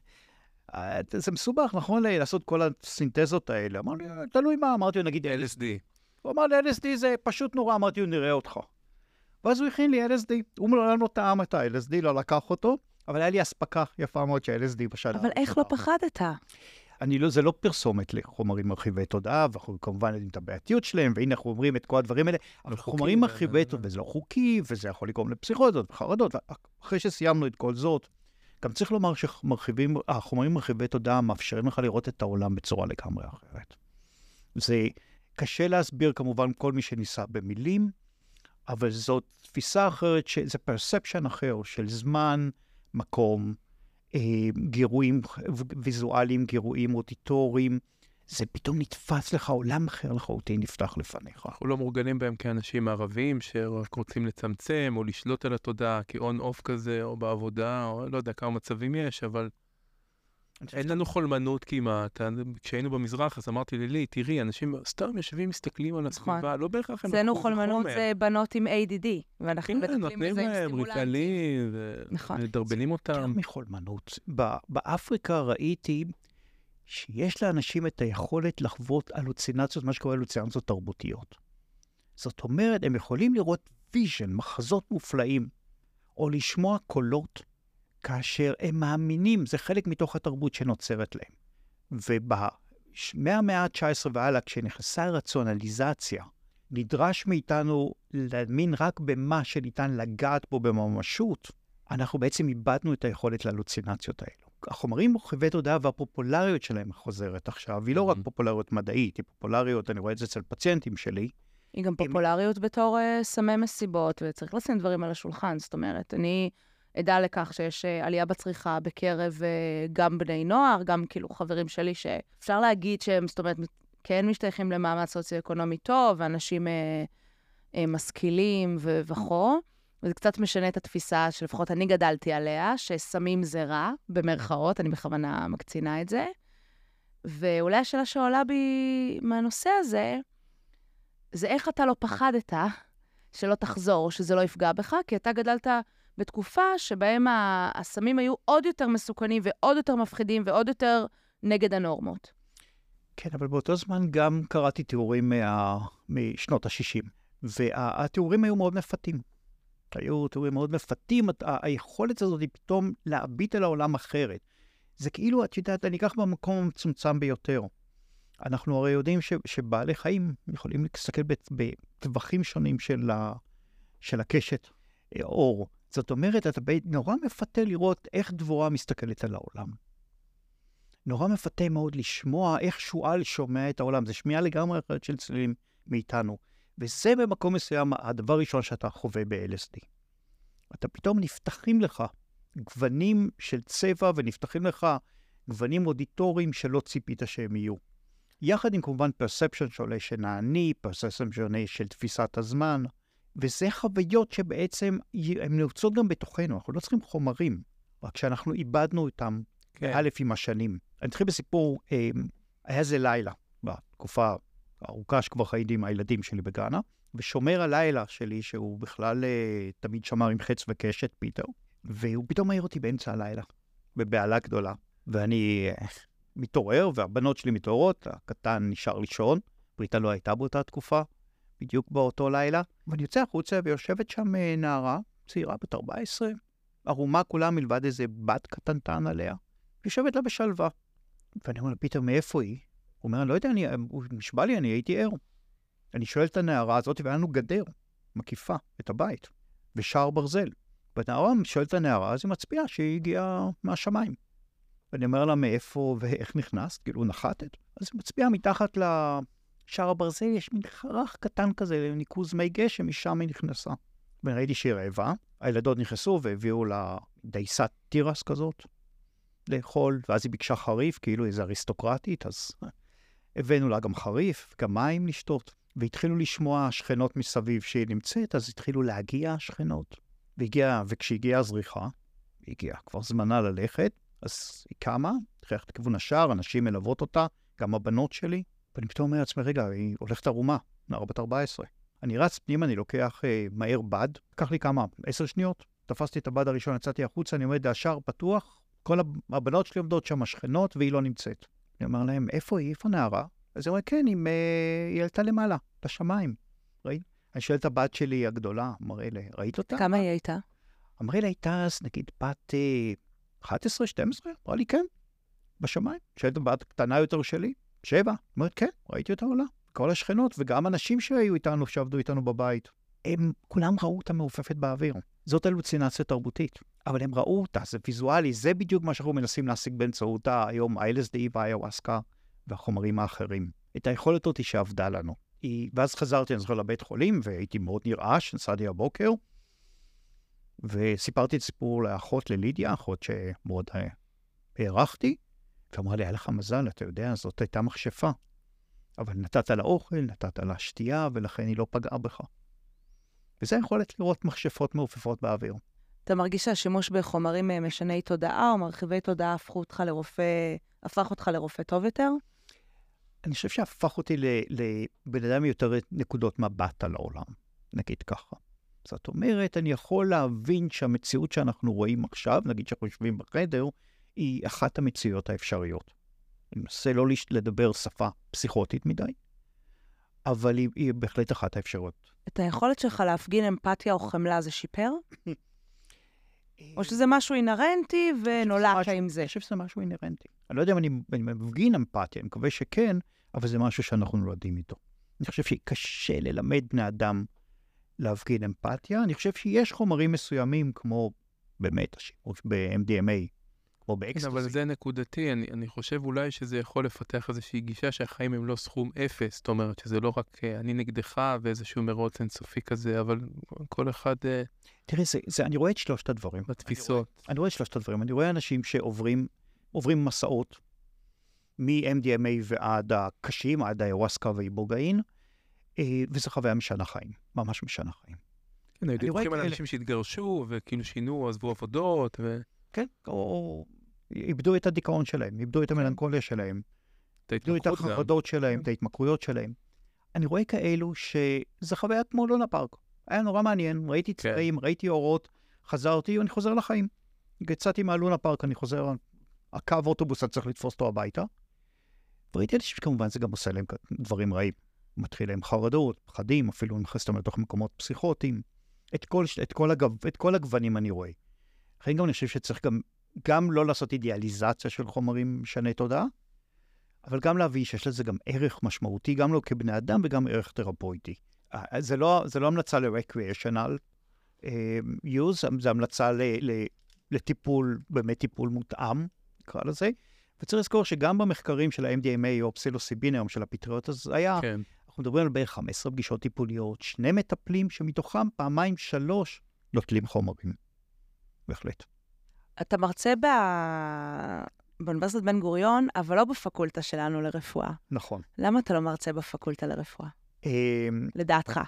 זה מסובך, נכון לי, לעשות כל הסינתזות האלה? אמר לי, תלוי מה, אמרתי לו, נגיד אל אס די. הוא אמר לי, אל אס די זה פשוט נורא, אמרתי לו, נראה אותך. ואז הוא הכין לי אל אס די, הוא מעולם לא טעם את ה-אל אס די, לא לקח אותו, אבל היה לי הספקה יפה מאוד של-אל אס די בשנה. אבל איך לא פחדת? אני לא, זה לא פרסומת לחומרים מרחיבי תודעה, ואנחנו כמובן יודעים את הבעייתיות שלהם, והנה אנחנו אומרים את כל הדברים האלה, אבל חומרים מרחיבי תודעה, וזה לא חוקי, וזה יכול לגרום לפסיכוזות וחרדות, ואחרי שסיימנו את כל זאת, גם צריך לומר שהחומרים מרחיבי תודעה מאפשרים לך לראות את העולם בצורה לגמרי אחרת. זה קשה להסביר כמובן כל מי שניסה במילים, אבל זאת תפיסה אחרת, זה פרספשן אחר של זמן, מקום, גירויים ויזואליים, גירויים אודיטוריים, זה פתאום נתפס לך, עולם אחר לחלוטין נפתח לפניך. אנחנו לא מורגלים בהם כאנשים ערבים שרק רוצים לצמצם או לשלוט על התודעה, כאון אוף כזה, או בעבודה, או לא יודע כמה מצבים יש, אבל אין לנו חולמנות כמעט. כשהיינו במזרח, אז אמרתי לי, תראי, אנשים סתם יושבים, מסתכלים על הסביבה, לא בהכרח הם... אצלנו חולמנות זה בנות עם איי די די, ואנחנו מטפלים בזה עם סטימולנטים. ריטלין, ומדרבנים אותם. יותר מחולמנות. באפריקה ראיתי שיש לאנשים את היכולת לחוות הלוצינציות, מה שקורה הלוצינציות תרבותיות. זאת אומרת, הם יכולים לראות ויז'ן, מחזות מופלאים, או לשמוע קולות, כאשר הם מאמינים, זה חלק מתוך התרבות שנוצרת להם. ובמאה ה-תשע עשרה והלאה, כשנכנסה הרציונליזציה, נדרש מאיתנו להאמין רק במה שניתן לגעת בו בממשות, אנחנו בעצם איבדנו את היכולת ללוצינציות האלו. החומרים מרחיבי תודעה והפופולריות שלהם חוזרת עכשיו, היא לא רק פופולריות מדעית, היא פופולריות, אני רואה את זה אצל פציינטים שלי. היא גם פופולריות בתור סמי מסיבות, וצריך לשים דברים על השולחן, זאת אומרת, אני... עדה לכך שיש עלייה בצריכה בקרב גם בני נוער, גם כאילו חברים שלי שאפשר להגיד שהם, זאת אומרת, כן משתייכים למעמד סוציו-אקונומי טוב, ואנשים אה, אה, משכילים ו- וכו, וזה קצת משנה את התפיסה שלפחות אני גדלתי עליה, שסמים זה רע, במרכאות, אני בכוונה מקצינה את זה, ואולי השאלה שעולה בי מהנושא הזה, זה איך אתה לא פחדת שלא תחזור, שזה לא יפגע בך, כי אתה גדלת... בתקופה שבהם הסמים היו עוד יותר מסוכנים ועוד יותר מפחידים ועוד יותר נגד הנורמות. כן, אבל באותו זמן גם קראתי תיאורים מה... משנות ה-שישים, והתיאורים היו מאוד מפתים. היו תיאורים מאוד מפתים, היכולת הזאת היא פתאום להביט על העולם אחרת. זה כאילו, את יודעת, אני אקח במקום המצומצם ביותר. אנחנו הרי יודעים ש... שבעלי חיים יכולים להסתכל בטווחים שונים של, ה... של הקשת אור. זאת אומרת, אתה נורא מפתה לראות איך דבורה מסתכלת על העולם. נורא מפתה מאוד לשמוע איך שואל שומע את העולם. זה שמיעה לגמרי אחרת של צלילים מאיתנו. וזה במקום מסוים הדבר הראשון שאתה חווה ב-אל אס די. אתה פתאום נפתחים לך גוונים של צבע, ונפתחים לך גוונים אודיטוריים שלא ציפית שהם יהיו. יחד עם כמובן perception שעולה שנעני, perception שעולה של תפיסת הזמן, וזה חוויות שבעצם הן נעוצות גם בתוכנו, אנחנו לא צריכים חומרים, רק שאנחנו איבדנו אותם, כן. א' עם השנים. אני אתחיל בסיפור, אה, היה זה לילה, בתקופה הארוכה שכבר חייתי עם הילדים שלי בגאנה, ושומר הלילה שלי, שהוא בכלל אה, תמיד שמר עם חץ וקשת, פיטר, והוא פתאום מעיר אותי באמצע הלילה, בבעלה גדולה, ואני אה, מתעורר, והבנות שלי מתעוררות, הקטן נשאר לישון, בריטה לא הייתה באותה תקופה, בדיוק באותו לילה, ואני יוצא החוצה ויושבת שם אה, נערה, צעירה בת ארבע עשרה, ערומה כולה מלבד איזה בת קטנטן עליה, יושבת לה בשלווה. ואני אומר לה, פיטר, מאיפה היא? הוא אומר, אני לא יודע, אני, הוא נשבע לי, אני הייתי ער. אני שואל את הנערה הזאת, והיה לנו גדר, מקיפה, את הבית, ושער ברזל. והנערה שואלת את הנערה, אז היא מצביעה שהיא הגיעה מהשמיים. ואני אומר לה, מאיפה ואיך נכנסת? כאילו, נחתת? אז היא מצביעה מתחת לשער הברזל, יש מין חרך קטן כזה, ניקוז מי גשם, משם היא נכנסה. ואני ראיתי שהיא רעבה, הילדות נכנסו והביאו לה דייסת תירס כזאת, לאכול, ואז היא ביקשה חריף, כאילו איזו אריסטוקרטית, אז הבאנו לה גם חריף, גם מים לשתות, והתחילו לשמוע שכנות מסביב שהיא נמצאת, אז התחילו להגיע השכנות, והגיע, וכשהגיעה הזריחה, היא הגיעה כבר זמנה ללכת, אז היא קמה, התחילה ללכת לכיוון השער, אנשים מלוות אותה, גם הבנות שלי, ואני פתאום אומר לעצמי, רגע, היא הולכת ערומה, נערה בת ארבע עשרה. אני רץ פנימה, אני לוקח אה, מהר בד, לקח לי כמה, עשר שניות, תפסתי את הבד הראשון, יצאתי החוצה, אני עומד, השער פתוח, כל הבנות שלי עומדות שם השכנות, והיא לא נמצאת. אני אומר להם, איפה היא? איפה נערה? אז היא אומרת, כן, היא, היא עלתה למעלה, לשמיים. ראית? אני שואל את הבת שלי הגדולה, מראה לה, ראית אותה? כמה היא הייתה? אמרה לה, הייתה אז, נגיד, בת אה, אחת עשרה, שתים עשרה? אמרה לי, כן, בשמיים. שואלת את הבת קטנה יותר שלי, שבע. אומרת, כן, ראיתי אותה עולה. כל השכנות, וגם אנשים שהיו איתנו, שעבדו איתנו בבית, הם כולם ראו אותה מעופפת באוויר. זאת הלוצינציה תרבותית. אבל הם ראו אותה, זה ויזואלי, זה בדיוק מה שאנחנו מנסים להשיג באמצעותה היום, ה-אל אס די והאיוואסקה והחומרים האחרים. את היכולת אותי שעבדה לנו. היא, ואז חזרתי, אני זוכר, לבית חולים, והייתי מאוד נרעש, נסעתי הבוקר, וסיפרתי את סיפור לאחות ללידיה, אחות שמאוד הערכתי, ואמרה לי, היה לך מזל, אתה יודע, זאת הייתה מכשפה. אבל נתת לה אוכל, נתת לה שתייה, ולכן היא לא פגעה בך. וזה יכולת לראות מכשפות מעופפות באוויר. אתה מרגיש שהשימוש בחומרים משני תודעה, או מרחיבי תודעה הפכו אותך לרופא, הפך אותך לרופא טוב יותר? אני חושב שהפך אותי לבן אדם יותר נקודות מבט על העולם, נגיד ככה. זאת אומרת, אני יכול להבין שהמציאות שאנחנו רואים עכשיו, נגיד שאנחנו יושבים בחדר, היא אחת המציאות האפשריות. אני מנסה לא לדבר שפה פסיכוטית מדי, אבל היא, היא בהחלט אחת האפשרויות. את היכולת שלך להפגין אמפתיה או חמלה זה שיפר? או שזה משהו אינרנטי ונולדת עם זה? אני חושב שזה משהו אינרנטי. אני לא יודע אם אני, אני מפגין אמפתיה, אני מקווה שכן, אבל זה משהו שאנחנו נולדים איתו. אני חושב שקשה ללמד בני אדם להפגין אמפתיה. אני חושב שיש חומרים מסוימים, כמו באמת השימוש ב-אם די אם איי, כמו באקסטזי. אבל זה נקודתי, אני, אני חושב אולי שזה יכול לפתח איזושהי גישה שהחיים הם לא סכום אפס, זאת אומרת שזה לא רק אני נגדך ואיזשהו מרוץ אינסופי כזה, אבל כל אחד... תראה, זה, זה, אני רואה את שלושת הדברים. בתפיסות. אני רואה, אני רואה את שלושת הדברים. אני רואה אנשים שעוברים עוברים מסעות, מ-אם די אם איי ועד הקשים, עד האיוואסקה ואיבוגאין, וזו חוויה משנה חיים, ממש משנה חיים. כן, הייתי הולכים על אנשים שהתגרשו, וכאילו שינו, עזבו עבודות, ו... כן, או איבדו את הדיכאון שלהם, איבדו את המלנכוליה שלהם, איבדו את החרדות שלהם, את ההתמכרויות שלהם. אני רואה כאלו שזה חוויה כמו לונה פארק. היה נורא מעניין, ראיתי צבעים, ראיתי אורות, חזרתי, ואני חוזר לחיים. יצאתי מהלונה פארק, אני חוזר, הקו אוטובוס, אני צריך לתפוס אותו הביתה. וראיתי אנשים שכמובן זה גם עושה להם דברים רעים. מתחיל להם חרדות, פחדים, אפילו נכנס אותם לתוך מקומות פסיכוטיים. את כל, את כל, הגו, את כל הגוונים אני רואה. לכן גם אני חושב שצריך גם, גם לא לעשות אידיאליזציה של חומרים משני תודעה, אבל גם להביא שיש לזה גם ערך משמעותי, גם לא כבני אדם וגם ערך תרפויטי. זה לא, זה לא המלצה ל-recreational use, זה המלצה ל, ל, לטיפול, באמת טיפול מותאם, נקרא לזה. וצריך לזכור שגם במחקרים של ה-אם די אם איי או פסילוסיבין היום של הפטריות, אז היה, כן. אנחנו מדברים על בערך חמש עשרה פגישות טיפוליות, שני מטפלים שמתוכם פעמיים שלוש נוטלים חומרים. בהחלט. אתה מרצה באוניברסיטת בן גוריון, אבל לא בפקולטה שלנו לרפואה. נכון. למה אתה לא מרצה בפקולטה לרפואה? אמ, לדעתך.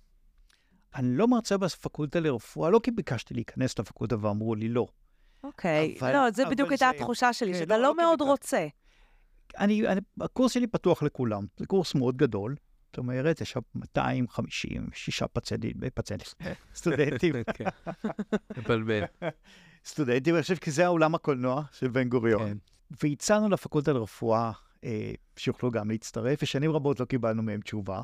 אני לא מרצה בפקולטה לרפואה, לא כי ביקשתי להיכנס לפקולטה ואמרו לי לא. אוקיי. אבל- לא, זה אבל בדיוק זה- הייתה התחושה שלי, כן, שאתה לא, לא לא מאוד כביקשתי. רוצה. אני, אני, הקורס שלי פתוח לכולם. זה קורס מאוד גדול. זאת אומרת, יש שם מאתיים וחמישים ושש פציינטים, פציינטים, סטודנטים, כן. מבלבל. סטודנטים, אני חושב כי זה העולם הקולנוע של בן גוריון. כן. והצענו לפקולטה לרפואה אה, שיוכלו גם להצטרף, ושנים רבות לא קיבלנו מהם תשובה.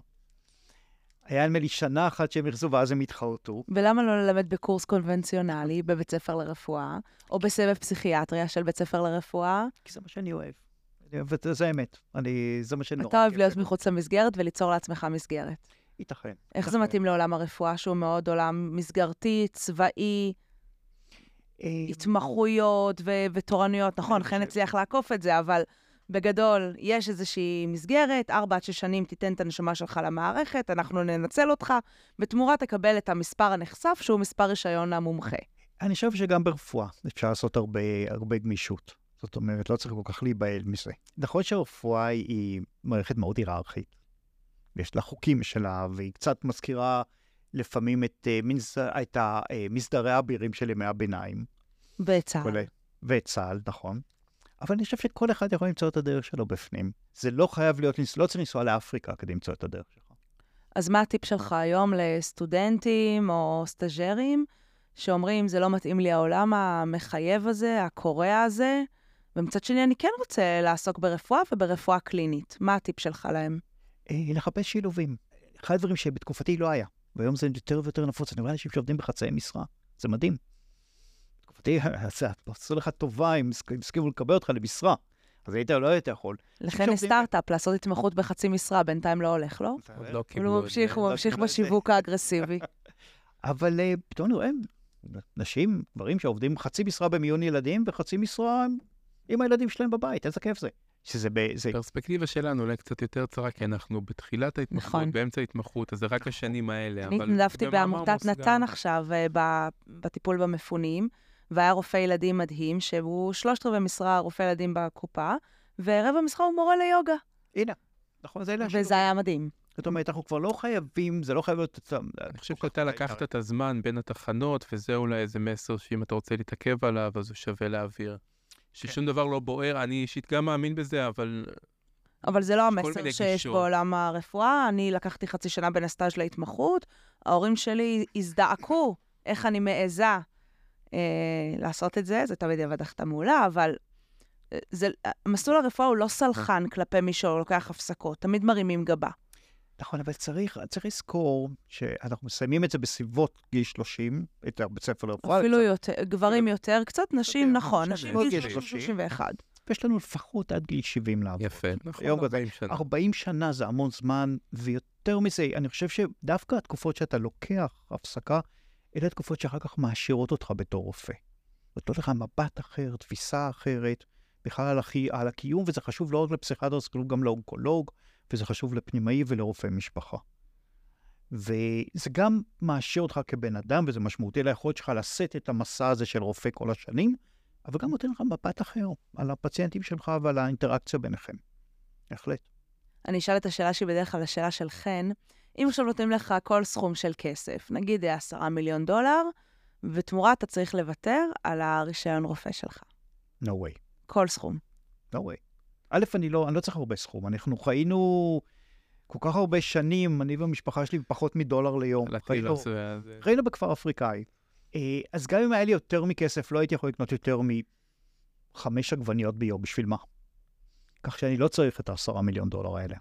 היה נדמה לי שנה אחת שהם יחזו, ואז הם התחרטו. ולמה לא ללמד בקורס קונבנציונלי, בבית ספר לרפואה, או בסבב פסיכיאטריה של בית ספר לרפואה? כי זה מה שאני אוהב. אני אוהב את- זה האמת. אני, זה מה שנורא. אתה אוהב כיף להיות לי. מחוץ למסגרת וליצור לעצמך מסגרת. ייתכן. איך זה ייתכן. מתאים לעולם הרפואה, שהוא מאוד עולם מסגרתי, צבאי, אה, התמחויות ו- ותורנויות? נכון, אני חן חושב- הצליח לעקוף את זה, אבל בגדול, יש איזושהי מסגרת, ארבע עד שש שנים תיתן את הנשמה שלך למערכת, אנחנו ננצל אותך, בתמורה תקבל את המספר הנחשף, שהוא מספר רישיון המומחה. אני חושב שגם ברפואה אפשר לעשות הרבה, הרבה גמישות. זאת אומרת, לא צריך כל כך להיבהל מזה. נכון שהרפואה היא מערכת מאוד היררכית. יש לה חוקים שלה, והיא קצת מזכירה לפעמים את, אה, מנז... את המסדרי האבירים של ימי הביניים. בצה"ל. כולל- ואת צה"ל, נכון. אבל אני חושב שכל אחד יכול למצוא את הדרך שלו בפנים. זה לא חייב להיות, לא צריך לנסוע לאפריקה כדי למצוא את הדרך שלך. אז מה הטיפ שלך היום לסטודנטים או סטאז'רים, שאומרים, זה לא מתאים לי העולם המחייב הזה, הקורע הזה, ומצד שני אני כן רוצה לעסוק ברפואה וברפואה קלינית. מה הטיפ שלך להם? אה, לחפש שילובים. אחד הדברים שבתקופתי לא היה, והיום זה יותר ויותר נפוץ. אני רואה אנשים שעובדים בחצאי משרה. זה מדהים. בתקופתי, זה עשו לך טובה אם הסכימו לקבל אותך למשרה. אז היית לא היית יכול. לכן שעובדים- סטארט-אפ, לעשות התמחות בחצי משרה, בינתיים לא הולך, לא? עוד לא אבל קיבלו הוא את ממשיך, זה. הוא לא ממשיך קיבלו את זה. בשיווק האגרסיבי. אבל אה, פתאום אני רואה נשים, גברים שעובדים חצי משרה במיון ילדים וחצי משרה עם הילדים שלהם בבית. איזה כיף זה. שזה ב... זה... פרספקטיבה שלנו אולי קצת יותר צרה, כי אנחנו בתחילת ההתמחות, נכון. באמצע ההתמחות, אז זה רק השנים האלה. אני אבל התנדבתי במאמר בעמותת מוסגר- נתן עכשיו אה, ב- בטיפול במפונים, והיה רופא ילדים מדהים, שהוא שלושת רבעי משרה רופא ילדים בקופה, ורבע משרה הוא מורה ליוגה, הנה, נכון, זה אלה השילובים. וזה היה מדהים. זאת אומרת, אנחנו כבר לא חייבים, זה לא חייב להיות... אני חושב שאתה לקחת את הזמן בין התחנות, וזה אולי איזה מסר שאם אתה רוצה להתעכב עליו, אז הוא שווה להעביר. ששום דבר לא בוער, אני אישית גם מאמין בזה, אבל אבל זה לא כל המסר מיני שיש גישות. בעולם הרפואה. אני לקחתי חצי שנה בין הסטאז' להתמחות, ההורים שלי הזדעקו איך אני מעיזה אה, לעשות את זה, זה תמיד יעבוד החלטה מעולה, אבל אה, זה, מסלול הרפואה הוא לא סלחן כלפי מי שלוקח הפסקות, תמיד מרימים גבה. נכון, אבל צריך, צריך לזכור שאנחנו מסיימים את זה בסביבות גיל שלושים, את הבית ספר לרפואה. אפילו לצד- יותר, גברים יותר, קצת נשים, יותר, נכון, בסדר. נשים בסביבות גיל גיל שלושים שלושים. שלושים ואחת. ויש לנו לפחות עד גיל שבעים לעבוד. יפה. נכון, היום ארבעים שנה. ארבעים שנה זה המון זמן, ויותר מזה, אני חושב שדווקא התקופות שאתה לוקח הפסקה, אלה התקופות שאחר כך מעשירות אותך בתור רופא. נותנות לך מבט אחר, תפיסה אחרת, בכלל על, החי... על הקיום, וזה חשוב לא רק לפסיכיאטר, זה חשוב גם לאונקולוג, וזה חשוב לפנימאי ולרופא משפחה. וזה גם מעשיר אותך כבן אדם, וזה משמעותי ליכולת שלך לשאת את המסע הזה של רופא כל השנים, אבל גם נותן לך מבט אחר על הפציינטים שלך ועל האינטראקציה ביניכם. בהחלט. אני אשאל את השאלה שהיא בדרך כלל השאלה של חן. אם עכשיו נותנים לך כל סכום של כסף, נגיד עשרה מיליון דולר, ותמורה אתה צריך לוותר על הרישיון רופא שלך. No way. כל סכום. No way. א', אני לא, אני לא צריך הרבה סכום. אנחנו חיינו כל כך הרבה שנים, אני והמשפחה שלי, פחות מדולר ליום. על חיינו, הטיל הזה, אז, אה, חיינו בכפר אפריקאי. אה, אז גם אם היה לי יותר מכסף, לא הייתי יכול לקנות יותר מחמש עגבניות ביום. בשביל מה? כך שאני לא צריך את העשרה מיליון דולר האלה.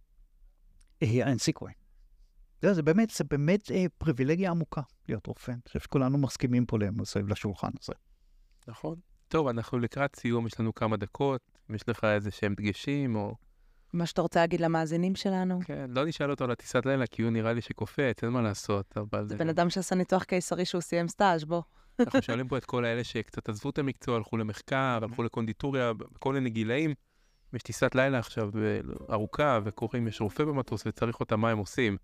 אה, אין סיכוי. זה, זה באמת, זה באמת אה, פריבילגיה עמוקה להיות רופא. אני חושב שכולנו מסכימים פה מסביב לשולחן הזה. נכון. טוב, אנחנו לקראת סיום, יש לנו כמה דקות, אם יש לך איזה שהם דגשים, או... מה שאתה רוצה להגיד למאזינים שלנו. כן, לא נשאל אותו על הטיסת לילה, כי הוא נראה לי שקופץ, אין מה לעשות, אבל... זה בן אדם שעשה ניתוח קיסרי שהוא סיים סטאז' בו. אנחנו שואלים פה את כל האלה שקצת עזבו את המקצוע, הלכו למחקר, הלכו לקונדיטוריה, בכל מיני גילאים. יש טיסת לילה עכשיו ארוכה, וקוראים, יש רופא במטוס וצריך אותה, מה הם עושים.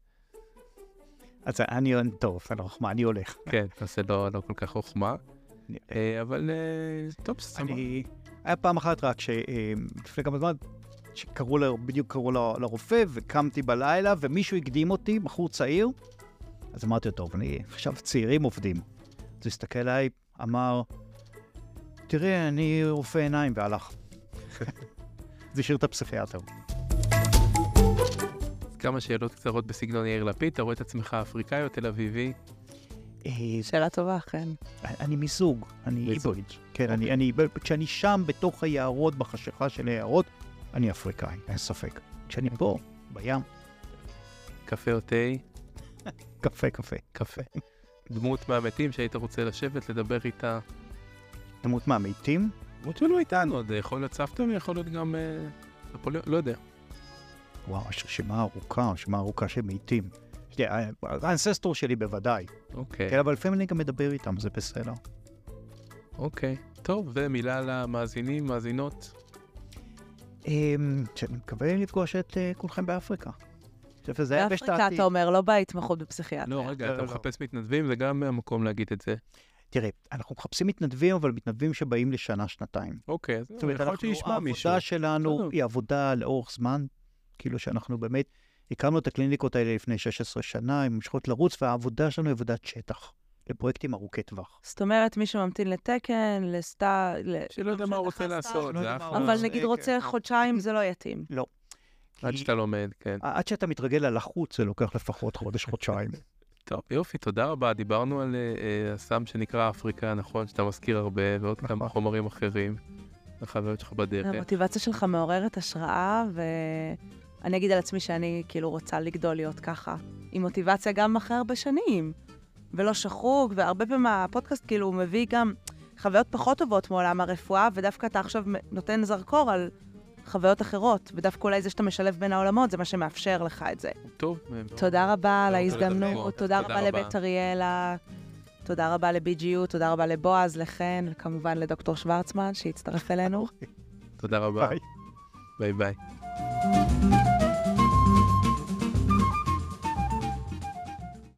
אז אני, טוב, זה לא חוכמה, אני הולך. כן, אז זה לא לא כל כך חוכמה. אני- אה, אבל אה, טוב, סבבה. אני, היה פעם אחת רק שלפני כמה זמן, שקראו לה, בדיוק קראו לה, לרופא, וקמתי בלילה, ומישהו הקדים אותי, בחור צעיר, אז אמרתי לו, טוב, אני עכשיו צעירים עובדים. אז הוא הסתכל עליי, אמר, תראה, אני רופא עיניים, והלך. זה השאיר את הפסיכיאטר. כמה שאלות קצרות בסגנון יאיר לפיד, אתה רואה את עצמך אפריקאי או תל אביבי? שאלה טובה, כן. אני מיזוג, אני היבריד. כן, אני, אני, כשאני שם בתוך היערות, בחשיכה של היערות, אני אפריקאי, אין ספק. כשאני פה, בים. קפה או תה? קפה, קפה. קפה. דמות מהמתים שהיית רוצה לשבת, לדבר איתה? דמות מהמתים? דמות שלא איתנו, זה יכול להיות סבתא ויכול להיות גם... לא יודע. וואו, יש רשימה ארוכה, רשימה ארוכה של מתים. האנססטור שלי בוודאי. אוקיי. כן, אבל לפעמים אני גם מדבר איתם, זה בסדר. אוקיי. טוב, ומילה למאזינים, מאזינות? שאני מקווה לפגוש את כולכם באפריקה. באפריקה אתה אומר, לא בהתמחות בפסיכיאטריה. לא, רגע, אתה מחפש מתנדבים, זה גם המקום להגיד את זה. תראה, אנחנו מחפשים מתנדבים, אבל מתנדבים שבאים לשנה, שנתיים. אוקיי, אז יכול להיות שישמע מישהו. העבודה שלנו היא עבודה לאורך זמן, כאילו שאנחנו באמת הקמנו את הקליניקות האלה לפני שש עשרה שנה, הן ממשיכות לרוץ, והעבודה שלנו היא עבודת שטח, לפרויקטים ארוכי טווח. זאת אומרת, מי שממתין לתקן, לסטה... שלא יודע מה הוא רוצה לעשות. אבל נגיד רוצה חודשיים, זה לא יתאים. לא. עד שאתה לומד, כן. עד שאתה מתרגל על החוץ, זה לוקח לפחות חודש, חודשיים. טוב, יופי, תודה רבה. דיברנו על הסם שנקרא אפריקה, נכון, שאתה מזכיר הרבה, ועוד כמה חומרים אחרים. החוויות שלך בדרך. המוטיבציה שלך מעוררת השראה, ואני אגיד על עצמי שאני כאילו רוצה לגדול להיות ככה, עם מוטיבציה גם אחרי הרבה שנים, ולא שחוק, והרבה פעמים הפודקאסט כאילו מביא גם חוויות פחות טובות מעולם הרפואה, ודווקא אתה עכשיו נותן זרקור על חוויות אחרות, ודווקא אולי זה שאתה משלב בין העולמות, זה מה שמאפשר לך את זה. טוב. תודה רבה על ההזדמנות, תודה רבה לבית אריאלה, תודה רבה ל-בי ג'י יו, תודה רבה לבועז, לכן, וכמובן לדוקטור שוורצמן שהצטרף אלינו. תודה רבה. ביי ביי.